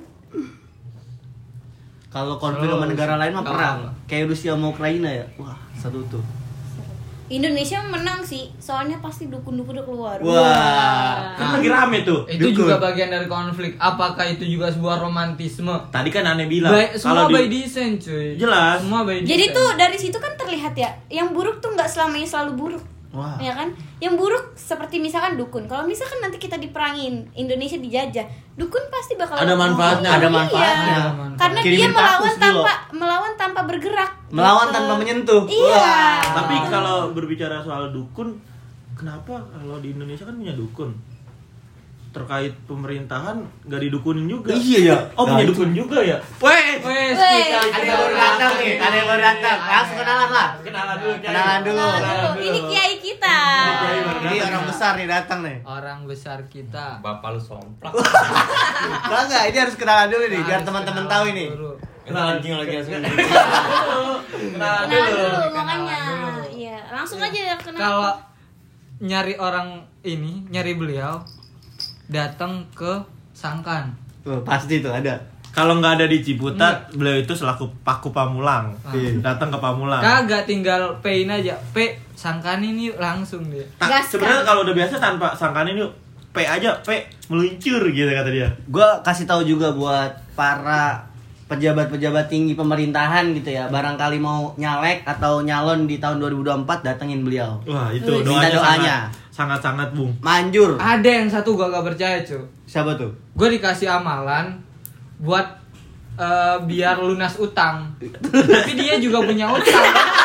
Speaker 2: Kalau konflik sama negara lain mah perang. Kayak Rusia sama Ukraina ya. Wah, satu tuh.
Speaker 4: Indonesia menang sih, soalnya pasti dukun-dukun udah keluar.
Speaker 2: Wah.
Speaker 1: Kan lagi rame tuh.
Speaker 3: Itu
Speaker 2: Dukun.
Speaker 3: juga bagian dari konflik. Apakah itu juga sebuah romantisme?
Speaker 1: Tadi kan aneh bilang
Speaker 3: Semua
Speaker 1: kalau
Speaker 3: by design, cuy.
Speaker 1: Jelas.
Speaker 3: Semua by design.
Speaker 4: Jadi tuh dari situ kan terlihat ya, yang buruk tuh nggak selamanya selalu buruk.
Speaker 2: Wah.
Speaker 4: Ya kan? Yang buruk seperti misalkan dukun. Kalau misalkan nanti kita diperangin, Indonesia dijajah, dukun pasti bakal
Speaker 1: Ada manfaatnya.
Speaker 2: Ada
Speaker 4: Iya.
Speaker 2: manfaatnya.
Speaker 3: Ada manfaat.
Speaker 4: Karena
Speaker 2: Kirimin
Speaker 4: dia
Speaker 2: kaktus dulu.
Speaker 4: melawan tanpa bergerak.
Speaker 2: Melawan
Speaker 4: Gitu.
Speaker 2: tanpa menyentuh.
Speaker 4: Iya.
Speaker 2: Wah.
Speaker 1: Tapi kalau berbicara soal dukun, kenapa kalau di Indonesia kan punya dukun? Terkait pemerintahan nggak didukunin juga.
Speaker 2: Iya ya.
Speaker 1: Oh,
Speaker 2: Nah,
Speaker 1: punya
Speaker 2: itu.
Speaker 1: dukun juga ya?
Speaker 3: Wes,
Speaker 4: Wes.
Speaker 2: Ada yang baru datang nih, ada yang baru datang. Langsung kenalan lah.
Speaker 1: Kenalan dulu.
Speaker 2: Kenalan dulu.
Speaker 4: Nah, ini kiai kita.
Speaker 2: Ini orang besar nih datang nih.
Speaker 3: orang besar kita.
Speaker 6: Bapak lu somplak.
Speaker 2: Enggak, ini harus kenalan dulu nih biar
Speaker 3: Harus
Speaker 2: teman-teman
Speaker 3: kenalan
Speaker 2: tahu ini.
Speaker 3: dulu.
Speaker 6: Kenalan anjing lagi asli.
Speaker 1: Kenalan
Speaker 4: Kenalan dulu
Speaker 3: Kenalan
Speaker 4: makanya.
Speaker 3: dulu.
Speaker 4: Iya, langsung aja ya kenal.
Speaker 3: Kalau nyari orang ini, nyari beliau datang ke Sangkan.
Speaker 2: Tuh, pasti tuh ada.
Speaker 1: Kalau nggak ada di Ciputat, beliau itu selaku Paku Pamulang.
Speaker 2: Iya.
Speaker 1: Datang ke Pamulang.
Speaker 3: Kagak tinggal P-in aja. P Sangkan ini langsung dia.
Speaker 4: Gaskan.
Speaker 1: Sebenarnya kalau udah biasa tanpa sangkan ini P aja, P meluncur gitu kata dia.
Speaker 2: Gua kasih tahu juga buat para pejabat-pejabat tinggi pemerintahan gitu ya, barangkali mau nyalek atau nyalon di tahun 2024 datengin beliau.
Speaker 1: Wah, itu
Speaker 4: Wih.
Speaker 1: doanya,
Speaker 2: Minta doanya.
Speaker 1: sangat Bung.
Speaker 2: Manjur.
Speaker 3: Ada yang satu gua gak percaya, cuy.
Speaker 2: Siapa tuh?
Speaker 3: Gue dikasih amalan buat biar lunas utang. Tapi dia juga punya utang.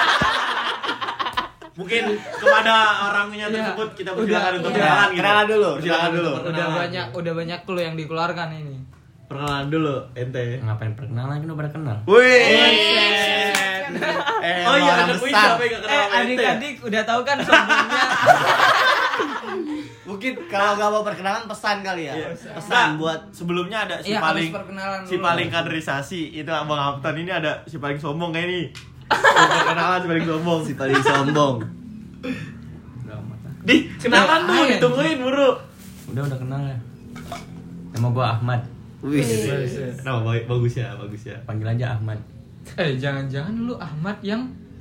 Speaker 1: Mungkin kepada orangnya
Speaker 3: Iya.
Speaker 1: tersebut kita
Speaker 3: Udah,
Speaker 1: persilakan untuk
Speaker 3: iya.
Speaker 1: kenalan gitu.
Speaker 2: Kenalan dulu,
Speaker 1: Persilakan
Speaker 2: kenalan dulu.
Speaker 1: untuk
Speaker 3: Udah
Speaker 1: kenalan.
Speaker 3: banyak clue yang dikeluarkan ini.
Speaker 1: Perkenalan dulu ente.
Speaker 6: Ngapain perkenalan kan udah pada kenal.
Speaker 1: Wih. Oh iya,
Speaker 2: orang
Speaker 1: anak kuis
Speaker 2: besar.
Speaker 1: siapa yang gak kenal sama ente?
Speaker 3: Adik-adik udah tahu kan sombongnya.
Speaker 2: Mungkin kalau nggak mau perkenalan pesan kali ya.
Speaker 1: Iya.
Speaker 2: Pesan
Speaker 1: Nah,
Speaker 2: buat
Speaker 1: sebelumnya ada si
Speaker 3: Iya,
Speaker 1: paling
Speaker 3: harus perkenalan
Speaker 1: si
Speaker 3: dulu.
Speaker 1: paling kaderisasi itu Abang Aptan, ini ada si paling sombong kayak ini. Perkenalan si paling sombong.
Speaker 2: si paling sombong.
Speaker 6: Udah amat lah.
Speaker 1: Di kenalan
Speaker 3: Ya,
Speaker 1: dulu,
Speaker 3: ayo.
Speaker 1: ditungguin buru.
Speaker 6: Udah kenal ya. Nama gua Ahmad.
Speaker 2: Wih.
Speaker 1: Nama bagus ya, bagus ya.
Speaker 6: Panggil aja Ahmad.
Speaker 3: Jangan-jangan lu Ahmad yang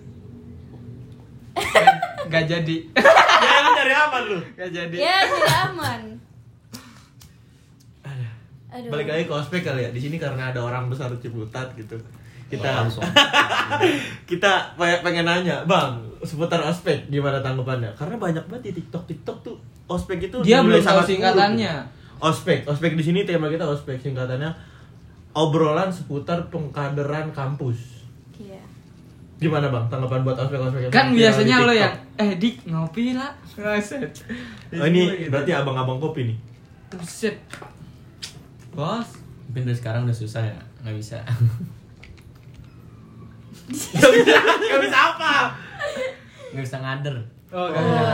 Speaker 3: gak jadi.
Speaker 1: Ya lu cari aman lu.
Speaker 3: Gak jadi.
Speaker 4: Ya tidak aman. Aduh.
Speaker 1: Balik lagi ke ospek kali ya. Di sini karena ada orang besar Ciputat gitu. Kita
Speaker 6: Langsung.
Speaker 1: kita pengen nanya, Bang, seputar ospek gimana tanggapannya? Karena banyak banget di TikTok tuh ospek itu
Speaker 3: Dia
Speaker 1: dinilai
Speaker 3: belum tahu
Speaker 1: sangat
Speaker 3: singkatannya.
Speaker 1: buruk. Ospek di sini tema kita ospek, singkatannya obrolan seputar pengkaderan kampus.
Speaker 4: Iya.
Speaker 1: Gimana Bang tanggapan buat ospek
Speaker 3: Kan
Speaker 1: viral
Speaker 3: biasanya
Speaker 1: di
Speaker 3: lo
Speaker 1: TikTok?
Speaker 3: yang Dik ngopi lah. Buset.
Speaker 1: Oh, ini berarti abang-abang kopi nih.
Speaker 3: Buset. Bos.
Speaker 6: Mungkin dari sekarang udah susah ya, nggak bisa.
Speaker 1: Gak bisa apa?
Speaker 6: Nggak bisa ngader.
Speaker 3: Oh,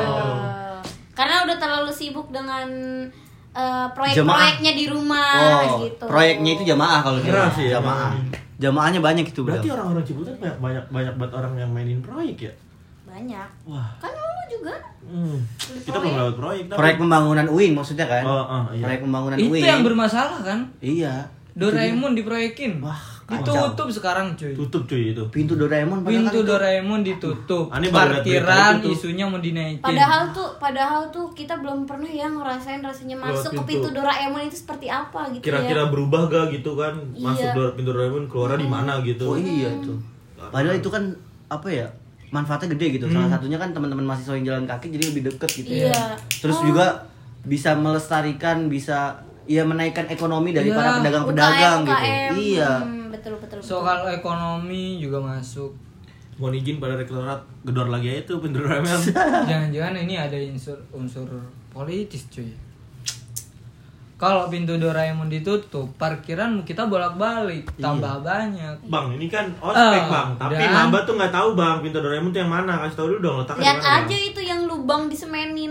Speaker 4: Karena udah terlalu sibuk dengan proyek-proyeknya di rumah
Speaker 2: Oh,
Speaker 4: gitu.
Speaker 2: proyeknya itu jamaah kalau
Speaker 1: Keras
Speaker 2: gitu.
Speaker 1: sih ya,
Speaker 2: Jamaah.
Speaker 1: Bang.
Speaker 2: Jamaahnya banyak itu, Bro.
Speaker 1: Berarti orang-orang Ciputat banyak banget orang yang mainin proyek ya?
Speaker 4: Banyak.
Speaker 1: Wah.
Speaker 4: Kan lu juga.
Speaker 1: Kita belum lewat proyek tapi.
Speaker 2: Proyek pembangunan UIN maksudnya kan?
Speaker 1: Iya.
Speaker 2: Proyek pembangunan
Speaker 3: Itu
Speaker 2: UIN.
Speaker 3: yang bermasalah kan?
Speaker 2: Iya.
Speaker 3: Doraemon diproyekin.
Speaker 2: Wah,
Speaker 3: ditutup sekarang cuy.
Speaker 1: Tutup cuy itu.
Speaker 2: Pintu Doraemon padahal
Speaker 3: Pintu
Speaker 2: kan itu-
Speaker 3: Doraemon ditutup.
Speaker 1: Ini baru liat berita
Speaker 3: Parkiran
Speaker 1: itu tuh.
Speaker 3: isunya mau dinaikin.
Speaker 4: Padahal tuh kita belum pernah ya ngerasain rasanya
Speaker 1: Lewat
Speaker 4: masuk ke
Speaker 1: pintu.
Speaker 4: pintu Doraemon itu seperti apa gitu
Speaker 1: Kira-kira
Speaker 4: ya.
Speaker 1: berubah gak gitu kan? Masuk
Speaker 4: Iya.
Speaker 1: pintu Doraemon keluarnya di mana gitu.
Speaker 2: Oh iya tuh. Padahal itu kan apa ya? Manfaatnya gede gitu. Salah satunya kan teman-teman mahasiswa yang jalan kaki jadi lebih deket gitu ya.
Speaker 4: Iya.
Speaker 2: Terus juga bisa melestarikan, bisa menaikkan ekonomi dari
Speaker 3: Iya.
Speaker 2: para pedagang-pedagang gitu.
Speaker 4: UKM.
Speaker 2: Iya.
Speaker 4: Betul.
Speaker 3: Soal ekonomi juga masuk.
Speaker 1: Mohon izin pada rektorat gedor lagi aja tuh pintu Doraemon.
Speaker 3: Jangan-jangan ini ada unsur politis cuy. Kalau pintu Doraemon ditutup, parkiran kita bolak-balik, tambah banyak.
Speaker 1: Bang, ini kan ospek Bang, tapi
Speaker 3: dan-
Speaker 1: Mamba tuh nggak tahu Bang pintu Doraemon tuh yang mana. Kasih tahu dulu dong letaknya
Speaker 4: Lihat
Speaker 1: di mana,
Speaker 4: aja
Speaker 1: Bang.
Speaker 4: itu yang lubang disemenin.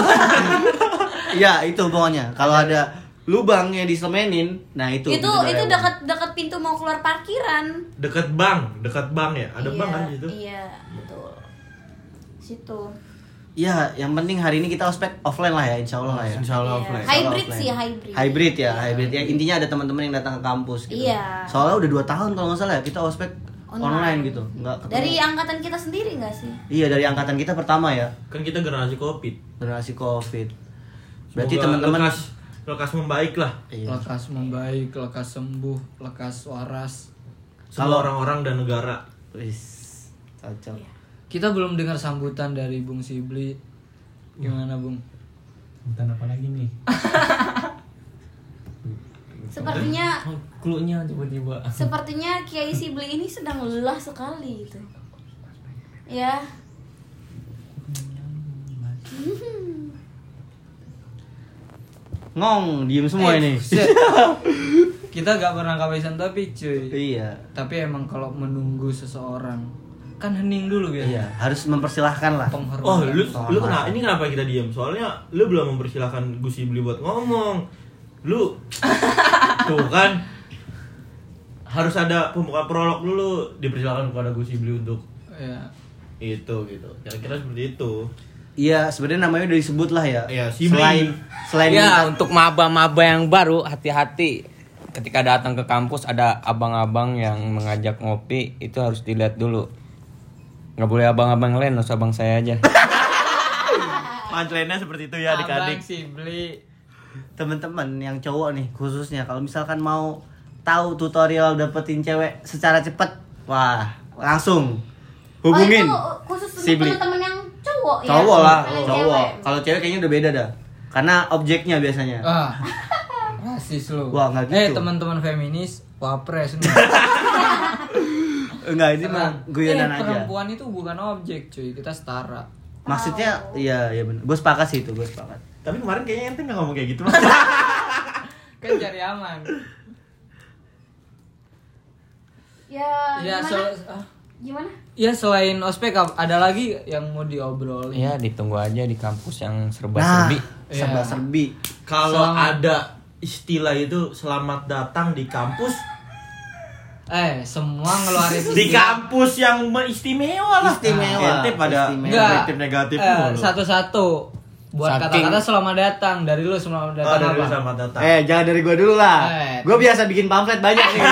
Speaker 2: Iya, itu pokoknya. Kalau ada lubang yang disemenin, nah itu.
Speaker 4: itu
Speaker 2: pintu
Speaker 4: itu
Speaker 2: Doraemon.
Speaker 4: dekat pintu mau keluar parkiran.
Speaker 1: Dekat bank ya. Ada bank kan di situ.
Speaker 4: Iya, betul. Situ.
Speaker 2: Ya, yang penting hari ini kita ospek offline lah ya, insya Allah lah ya.
Speaker 1: Insya Allah
Speaker 4: Iya.
Speaker 1: offline.
Speaker 4: Hybrid
Speaker 2: Offline.
Speaker 4: sih, hybrid.
Speaker 2: Hybrid ya, hybrid ya. Intinya ada teman-teman yang datang ke kampus gitu.
Speaker 4: Iya.
Speaker 2: Soalnya udah 2 tahun kalau nggak salah ya kita ospek online gitu, nggak ketemu.
Speaker 4: Dari angkatan kita sendiri nggak sih?
Speaker 2: Iya, dari angkatan kita pertama ya,
Speaker 1: Kan kita generasi Covid.
Speaker 2: generasi Covid. Berarti
Speaker 1: Semoga
Speaker 2: teman-teman
Speaker 1: lekas membaik lah.
Speaker 2: Iya.
Speaker 3: Lekas membaik, lekas sembuh, lekas waras.
Speaker 1: Semua
Speaker 2: Kalau-
Speaker 1: orang-orang dan negara.
Speaker 2: Wis, cocok.
Speaker 3: Kita belum dengar sambutan dari Bung Sibli. Gimana Bung?
Speaker 6: Bukan apa lagi nih?
Speaker 4: Sepertinya
Speaker 6: Cluenya tiba-tiba.
Speaker 4: Sepertinya Kiai Sibli ini sedang lelah sekali gitu. Ya.
Speaker 2: Ngong, diem semua ini.
Speaker 3: Shit. Kita gak pernah kehabisan topik cuy.
Speaker 2: Iya.
Speaker 3: Tapi emang kalau menunggu seseorang kan hening dulu ya.
Speaker 2: Iya, harus mempersilahkan lah.
Speaker 3: Penghormatan.
Speaker 1: Oh, lu kenapa? Ini kenapa kita diam? Soalnya lu belum mempersilahkan Gus Ibli buat ngomong. Lu tuh kan harus ada pembukaan prolog dulu, dipersilakan kepada Gus Ibli untuk
Speaker 3: Ya.
Speaker 1: itu gitu. Kira-kira seperti itu.
Speaker 2: Iya, sebenarnya namanya udah disebut lah ya.
Speaker 1: Iya, Sibli.
Speaker 2: Selain
Speaker 6: Ya, untuk maba-maba yang baru, hati-hati. Ketika datang ke kampus ada abang-abang yang mengajak ngopi, itu harus dilihat dulu. Nggak boleh abang-abang lain, harus abang saya aja.
Speaker 1: Punchline-nya seperti itu ya adik-adik.
Speaker 3: Abang Sibli.
Speaker 2: teman-teman yang cowok nih khususnya kalau misalkan mau tahu tutorial dapetin cewek secara cepet, wah langsung hubungin
Speaker 4: Oh, itu khusus untuk
Speaker 2: Sibli.
Speaker 4: teman-teman yang cowok ya.
Speaker 2: Cowok lah,
Speaker 4: Bukan yang
Speaker 2: cowok.
Speaker 4: cewek.
Speaker 2: Kalau cewek kayaknya udah beda dah. Karena objeknya biasanya.
Speaker 3: Ah. Rasis lu.
Speaker 2: Wah, nggak gitu.
Speaker 3: Teman-teman feminis, wapres nih.
Speaker 2: Enggak, ini mah guyonan aja.
Speaker 3: Perempuan itu bukan objek, cuy. Kita setara.
Speaker 2: Maksudnya iya benar. Gue sepakat sih itu, gue sepakat.
Speaker 1: Tapi kemarin kayaknya ente nggak ngomong kayak gitu, Mas.
Speaker 3: Kan cari aman. Ya,
Speaker 4: Gimana?
Speaker 3: ya selain ospek ada lagi yang mau diobrolin.
Speaker 6: Ya ditunggu aja di kampus yang serba-serbi.
Speaker 2: serba-serbi.
Speaker 1: Kalau ada istilah itu selamat datang di kampus,
Speaker 3: Semua ngeluarin
Speaker 1: di kampus yang istimewa lah.
Speaker 2: Istimewa.
Speaker 1: Ente pada
Speaker 3: Enggak.
Speaker 1: negatif mulu.
Speaker 3: Satu-satu. Buat
Speaker 6: Saking-
Speaker 3: kata-kata selamat datang dari lu selamat datang
Speaker 1: Dari
Speaker 3: apa?
Speaker 1: selamat datang.
Speaker 2: Jangan dari gua dulu lah. Gua biasa bikin pamflet banyak nih.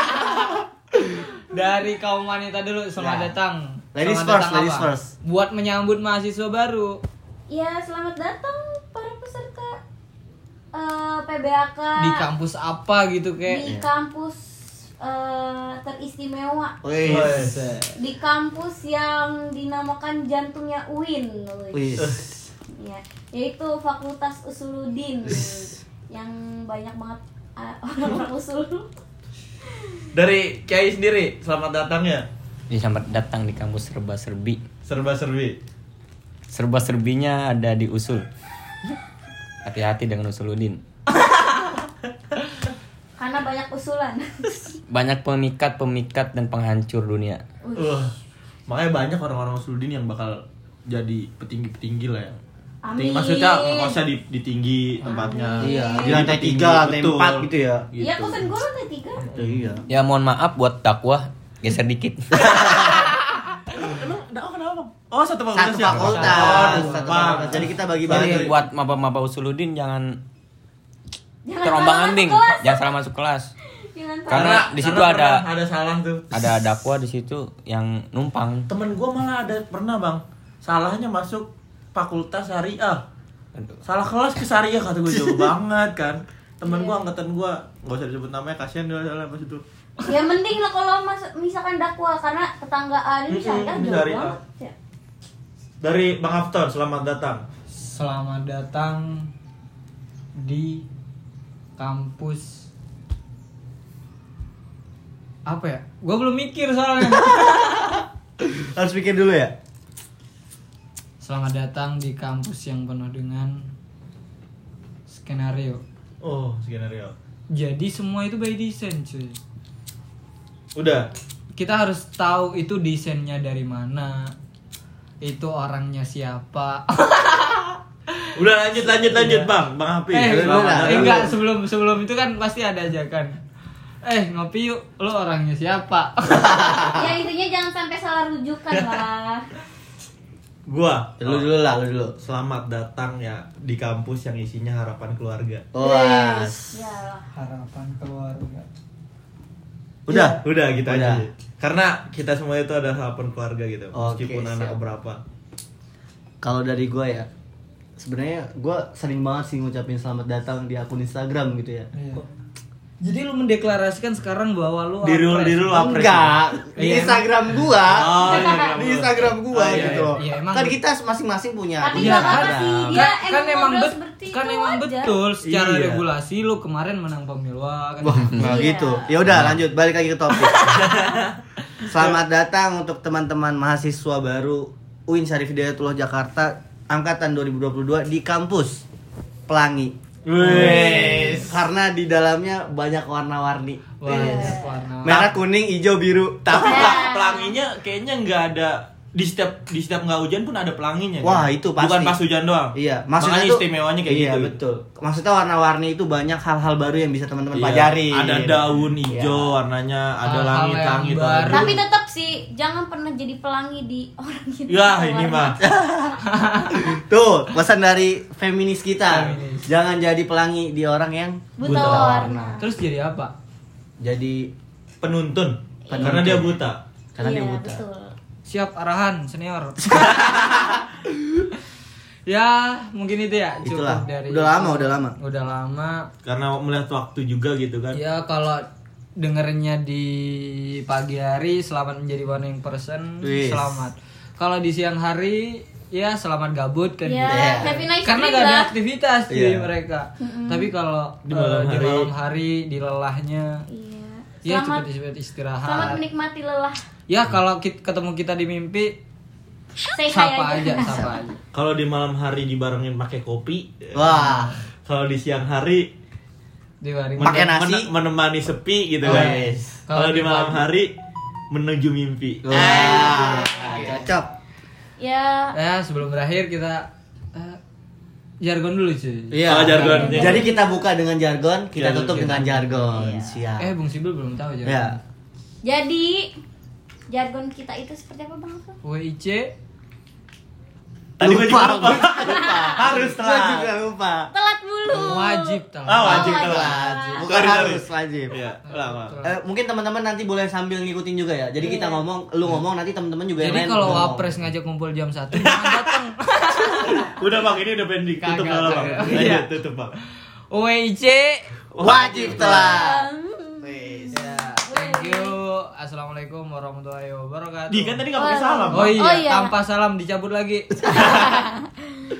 Speaker 3: Dari kaum wanita dulu selamat
Speaker 2: Ya.
Speaker 3: datang.
Speaker 2: Ladies
Speaker 3: Selamat
Speaker 2: first,
Speaker 3: datang
Speaker 2: ladies
Speaker 3: apa?
Speaker 2: first.
Speaker 3: Buat menyambut mahasiswa baru.
Speaker 4: Ya, selamat datang para peserta PBAK
Speaker 3: Di kampus apa gitu
Speaker 4: di
Speaker 3: kayak.
Speaker 4: kampus teristimewa,
Speaker 2: Wis.
Speaker 4: di kampus yang dinamakan jantungnya UIN,
Speaker 2: Wis.
Speaker 4: ya, yaitu Fakultas Usuluddin yang banyak banget orang-orang usul.
Speaker 1: Dari Kiai sendiri, selamat datangnya.
Speaker 6: Selamat datang di kampus serba-serbi.
Speaker 1: Serba-serbi.
Speaker 6: Serba-serbinya ada di usul. Hati-hati dengan Usuluddin.
Speaker 4: Karena banyak usulan.
Speaker 6: Banyak pemikat dan penghancur dunia.
Speaker 1: Makanya banyak orang-orang Usuluddin yang bakal jadi petinggi-petinggi lah ya.
Speaker 4: Amin.
Speaker 1: Maksudnya ngekosnya di tinggi tempatnya.
Speaker 2: Iya, di
Speaker 1: Jadi
Speaker 2: lantai
Speaker 1: petinggi,
Speaker 2: 3, lantai
Speaker 1: betul.
Speaker 2: 4 gitu ya.
Speaker 4: Iya, kosan gue lantai 3.
Speaker 2: Iya.
Speaker 6: Ya mohon maaf buat dakwah geser dikit.
Speaker 1: Emang dakwah kenapa, Bang? Oh, satu fakultas
Speaker 2: Satu
Speaker 1: ya?
Speaker 2: fakultas,
Speaker 1: Oh,
Speaker 2: satu
Speaker 1: Bang.
Speaker 2: fakultas. Jadi kita bagi-bagi.
Speaker 6: Jadi buat maba-maba Usuluddin jangan
Speaker 4: Jangan
Speaker 6: terombang-ambing,
Speaker 4: salah masuk kelas.
Speaker 6: jangan salah masuk kelas.
Speaker 4: Jangan salah.
Speaker 6: Karena di situ
Speaker 1: ada salah tuh.
Speaker 6: ada dakwah di situ yang numpang.
Speaker 1: Temen gue malah pernah Bang, salahnya masuk fakultas syariah. Salah kelas ke syariah, kata gue jauh banget kan. Temen gue angkatan gue, nggak usah disebut namanya, kasihan dia salah pas itu.
Speaker 4: Ya mending lah kalau misalkan dakwah, karena tetanggaan ini syariah
Speaker 1: ini
Speaker 4: jauh
Speaker 1: syariah.
Speaker 4: banget. Ya.
Speaker 1: Dari Bang Afton, selamat datang.
Speaker 3: Selamat datang di kampus apa ya? Gua belum mikir soalnya.
Speaker 2: Harus pikir dulu ya.
Speaker 3: Selamat datang di kampus yang penuh dengan skenario.
Speaker 1: Oh, skenario.
Speaker 3: Jadi semua itu by design, cuy.
Speaker 1: Udah.
Speaker 3: Kita harus tahu itu desainnya dari mana. Itu orangnya siapa.
Speaker 1: Udah lanjut Bang Hafiz.
Speaker 3: Enggak, sebelum itu kan pasti ada ajakan. Ngopi yuk, lo orangnya siapa?
Speaker 4: Ya intinya jangan sampai salah rujukan lah.
Speaker 1: Gua
Speaker 2: Lu dulu lah, lu dulu.
Speaker 1: Selamat datang ya di kampus yang isinya harapan keluarga.
Speaker 2: Wah.
Speaker 4: Ya.
Speaker 3: Harapan keluarga.
Speaker 1: Udah gitu
Speaker 2: Udah.
Speaker 1: aja. Karena kita semua itu ada harapan keluarga gitu.
Speaker 2: Oke,
Speaker 1: Meskipun anak
Speaker 2: siap.
Speaker 1: berapa.
Speaker 2: Kalau dari gua ya, sebenarnya gua sering banget sih ngucapin selamat datang di akun Instagram gitu ya.
Speaker 3: Iya. Jadi lu mendeklarasikan sekarang bahwa lu
Speaker 1: Diri lu apres.
Speaker 2: Enggak, di
Speaker 3: Iya,
Speaker 2: Instagram gua.
Speaker 1: Oh,
Speaker 2: Di Instagram gua
Speaker 1: Oh, iya,
Speaker 2: gitu.
Speaker 3: iya, emang
Speaker 2: Kan
Speaker 3: betul.
Speaker 2: kita masing-masing punya
Speaker 4: Tapi
Speaker 2: akun
Speaker 3: Iya,
Speaker 4: nggak apa-apa
Speaker 2: Instagram.
Speaker 4: sih, dia
Speaker 3: kan
Speaker 4: emang modal
Speaker 3: bet-
Speaker 4: seperti
Speaker 3: kan
Speaker 4: itu
Speaker 3: emang
Speaker 4: aja.
Speaker 3: betul secara
Speaker 1: Iya.
Speaker 3: regulasi lu kemarin menang pemilu kan.
Speaker 2: Wah, nggak
Speaker 4: Iya.
Speaker 2: gitu. Ya udah lanjut, balik lagi ke topik. Selamat datang untuk teman-teman mahasiswa baru UIN Syarif Hidayatullah Jakarta angkatan 2022 di kampus Pelangi.
Speaker 1: Wes.
Speaker 2: Karena di dalamnya banyak warna-warni.
Speaker 3: Wah, warna.
Speaker 2: Merah, kuning, hijau, biru.
Speaker 1: Tapi
Speaker 4: Ya.
Speaker 1: pelanginya kayaknya nggak ada di setiap nggak hujan pun ada pelanginya.
Speaker 2: Wah,
Speaker 1: kan?
Speaker 2: itu pasti.
Speaker 1: Bukan pas hujan doang.
Speaker 2: Iya, maksudnya
Speaker 1: Makanya
Speaker 2: tuh
Speaker 1: istimewanya kayak
Speaker 2: iya,
Speaker 1: gitu.
Speaker 2: betul. Maksudnya warna-warni itu banyak hal-hal baru yang bisa teman-teman
Speaker 1: Iya.
Speaker 2: pelajari.
Speaker 1: Ada daun hijau
Speaker 2: Iya.
Speaker 1: warnanya, ada
Speaker 3: Hal-hal
Speaker 1: langit-langit
Speaker 3: yang
Speaker 1: warna
Speaker 3: baru.
Speaker 4: Tapi tetap sih jangan pernah jadi pelangi di orang gitu.
Speaker 1: Ya ini mah.
Speaker 2: Tuh, pesan dari feminis kita.
Speaker 3: Feminis.
Speaker 2: Jangan jadi pelangi di orang yang
Speaker 4: Buta warna.
Speaker 3: Terus jadi apa?
Speaker 2: Jadi
Speaker 1: Penuntun. Karena dia buta.
Speaker 2: karena
Speaker 4: Iya,
Speaker 2: dia buta.
Speaker 4: betul.
Speaker 3: Siap arahan senior. Ya, mungkin itu ya cukup
Speaker 2: Itulah.
Speaker 3: dari
Speaker 2: Udah lama, udah lama.
Speaker 3: Udah lama.
Speaker 1: Karena melihat waktu juga gitu kan.
Speaker 3: Ya kalau dengernya di pagi hari selamat menjadi morning person,
Speaker 2: Wis.
Speaker 3: selamat. Kalau di siang hari ya selamat gabut kan
Speaker 4: Ya,
Speaker 3: gitu.
Speaker 4: happy night
Speaker 3: Karena
Speaker 4: sleep
Speaker 3: gak ada
Speaker 4: lah.
Speaker 3: aktivitas di
Speaker 2: Iya.
Speaker 3: mereka. Tapi kalau
Speaker 1: Di malam
Speaker 3: di
Speaker 1: hari.
Speaker 3: malam hari di lelahnya
Speaker 4: Iya.
Speaker 3: ya
Speaker 4: Selamat,
Speaker 3: cepet istirahat.
Speaker 4: selamat menikmati lelah.
Speaker 3: Ya kalau ketemu kita di mimpi
Speaker 4: Say hi
Speaker 3: sapa
Speaker 4: aja.
Speaker 3: aja, sapa aja.
Speaker 1: Kalau di malam hari dibarengin pakai kopi.
Speaker 2: Wah,
Speaker 1: Kalau di siang hari
Speaker 3: Di waring.
Speaker 2: Pakai nasi.
Speaker 1: menemani sepi gitu
Speaker 3: Oh,
Speaker 1: kan.
Speaker 3: yes.
Speaker 1: Kalau di malam hari menuju mimpi.
Speaker 2: Wah, cocok.
Speaker 4: Ya,
Speaker 3: Ya sebelum berakhir kita jargon dulu cuy.
Speaker 2: Iya.
Speaker 1: Oh, jargon.
Speaker 2: Jadi kita buka dengan jargon, kita
Speaker 1: Jargon.
Speaker 2: tutup dengan jargon.
Speaker 4: Iya.
Speaker 2: Siap.
Speaker 3: Bung Sibil belum tahu jargon.
Speaker 2: Ya.
Speaker 4: jadi jargon kita itu seperti apa Bang Afan?
Speaker 3: WIC
Speaker 1: Tadi gua juga
Speaker 2: Lupa.
Speaker 1: lupa. Harus
Speaker 2: Gua
Speaker 1: telat.
Speaker 2: juga lupa.
Speaker 4: Telat dulu.
Speaker 3: wajib telat.
Speaker 1: Wajib
Speaker 4: Oh,
Speaker 1: telat.
Speaker 4: wajib.
Speaker 2: Bukan
Speaker 1: Sorry,
Speaker 2: harus,
Speaker 1: sorry.
Speaker 2: wajib.
Speaker 1: Iya, ulang.
Speaker 2: Mungkin teman-teman nanti boleh sambil ngikutin juga ya. Jadi kita ngomong, lu ngomong nanti teman-teman juga yang
Speaker 3: Jadi
Speaker 2: lain
Speaker 3: kalau
Speaker 2: ngomong.
Speaker 3: Wapres ngajak ngumpul jam 1 jangan datang.
Speaker 1: Udah Bang, ini udah pengen ditutup
Speaker 3: Kagak,
Speaker 1: kalau Bang.
Speaker 3: kagak.
Speaker 1: Lanjut,
Speaker 3: Iya.
Speaker 1: tutup Bang.
Speaker 3: WIC.
Speaker 2: Wajib telat.
Speaker 3: Ya, thank you. Assalamualaikum warahmatullahi wabarakatuh.
Speaker 1: Di kan tadi nggak pakai salam.
Speaker 3: Oh iya,
Speaker 4: Oh iya.
Speaker 3: tanpa salam dicabut lagi.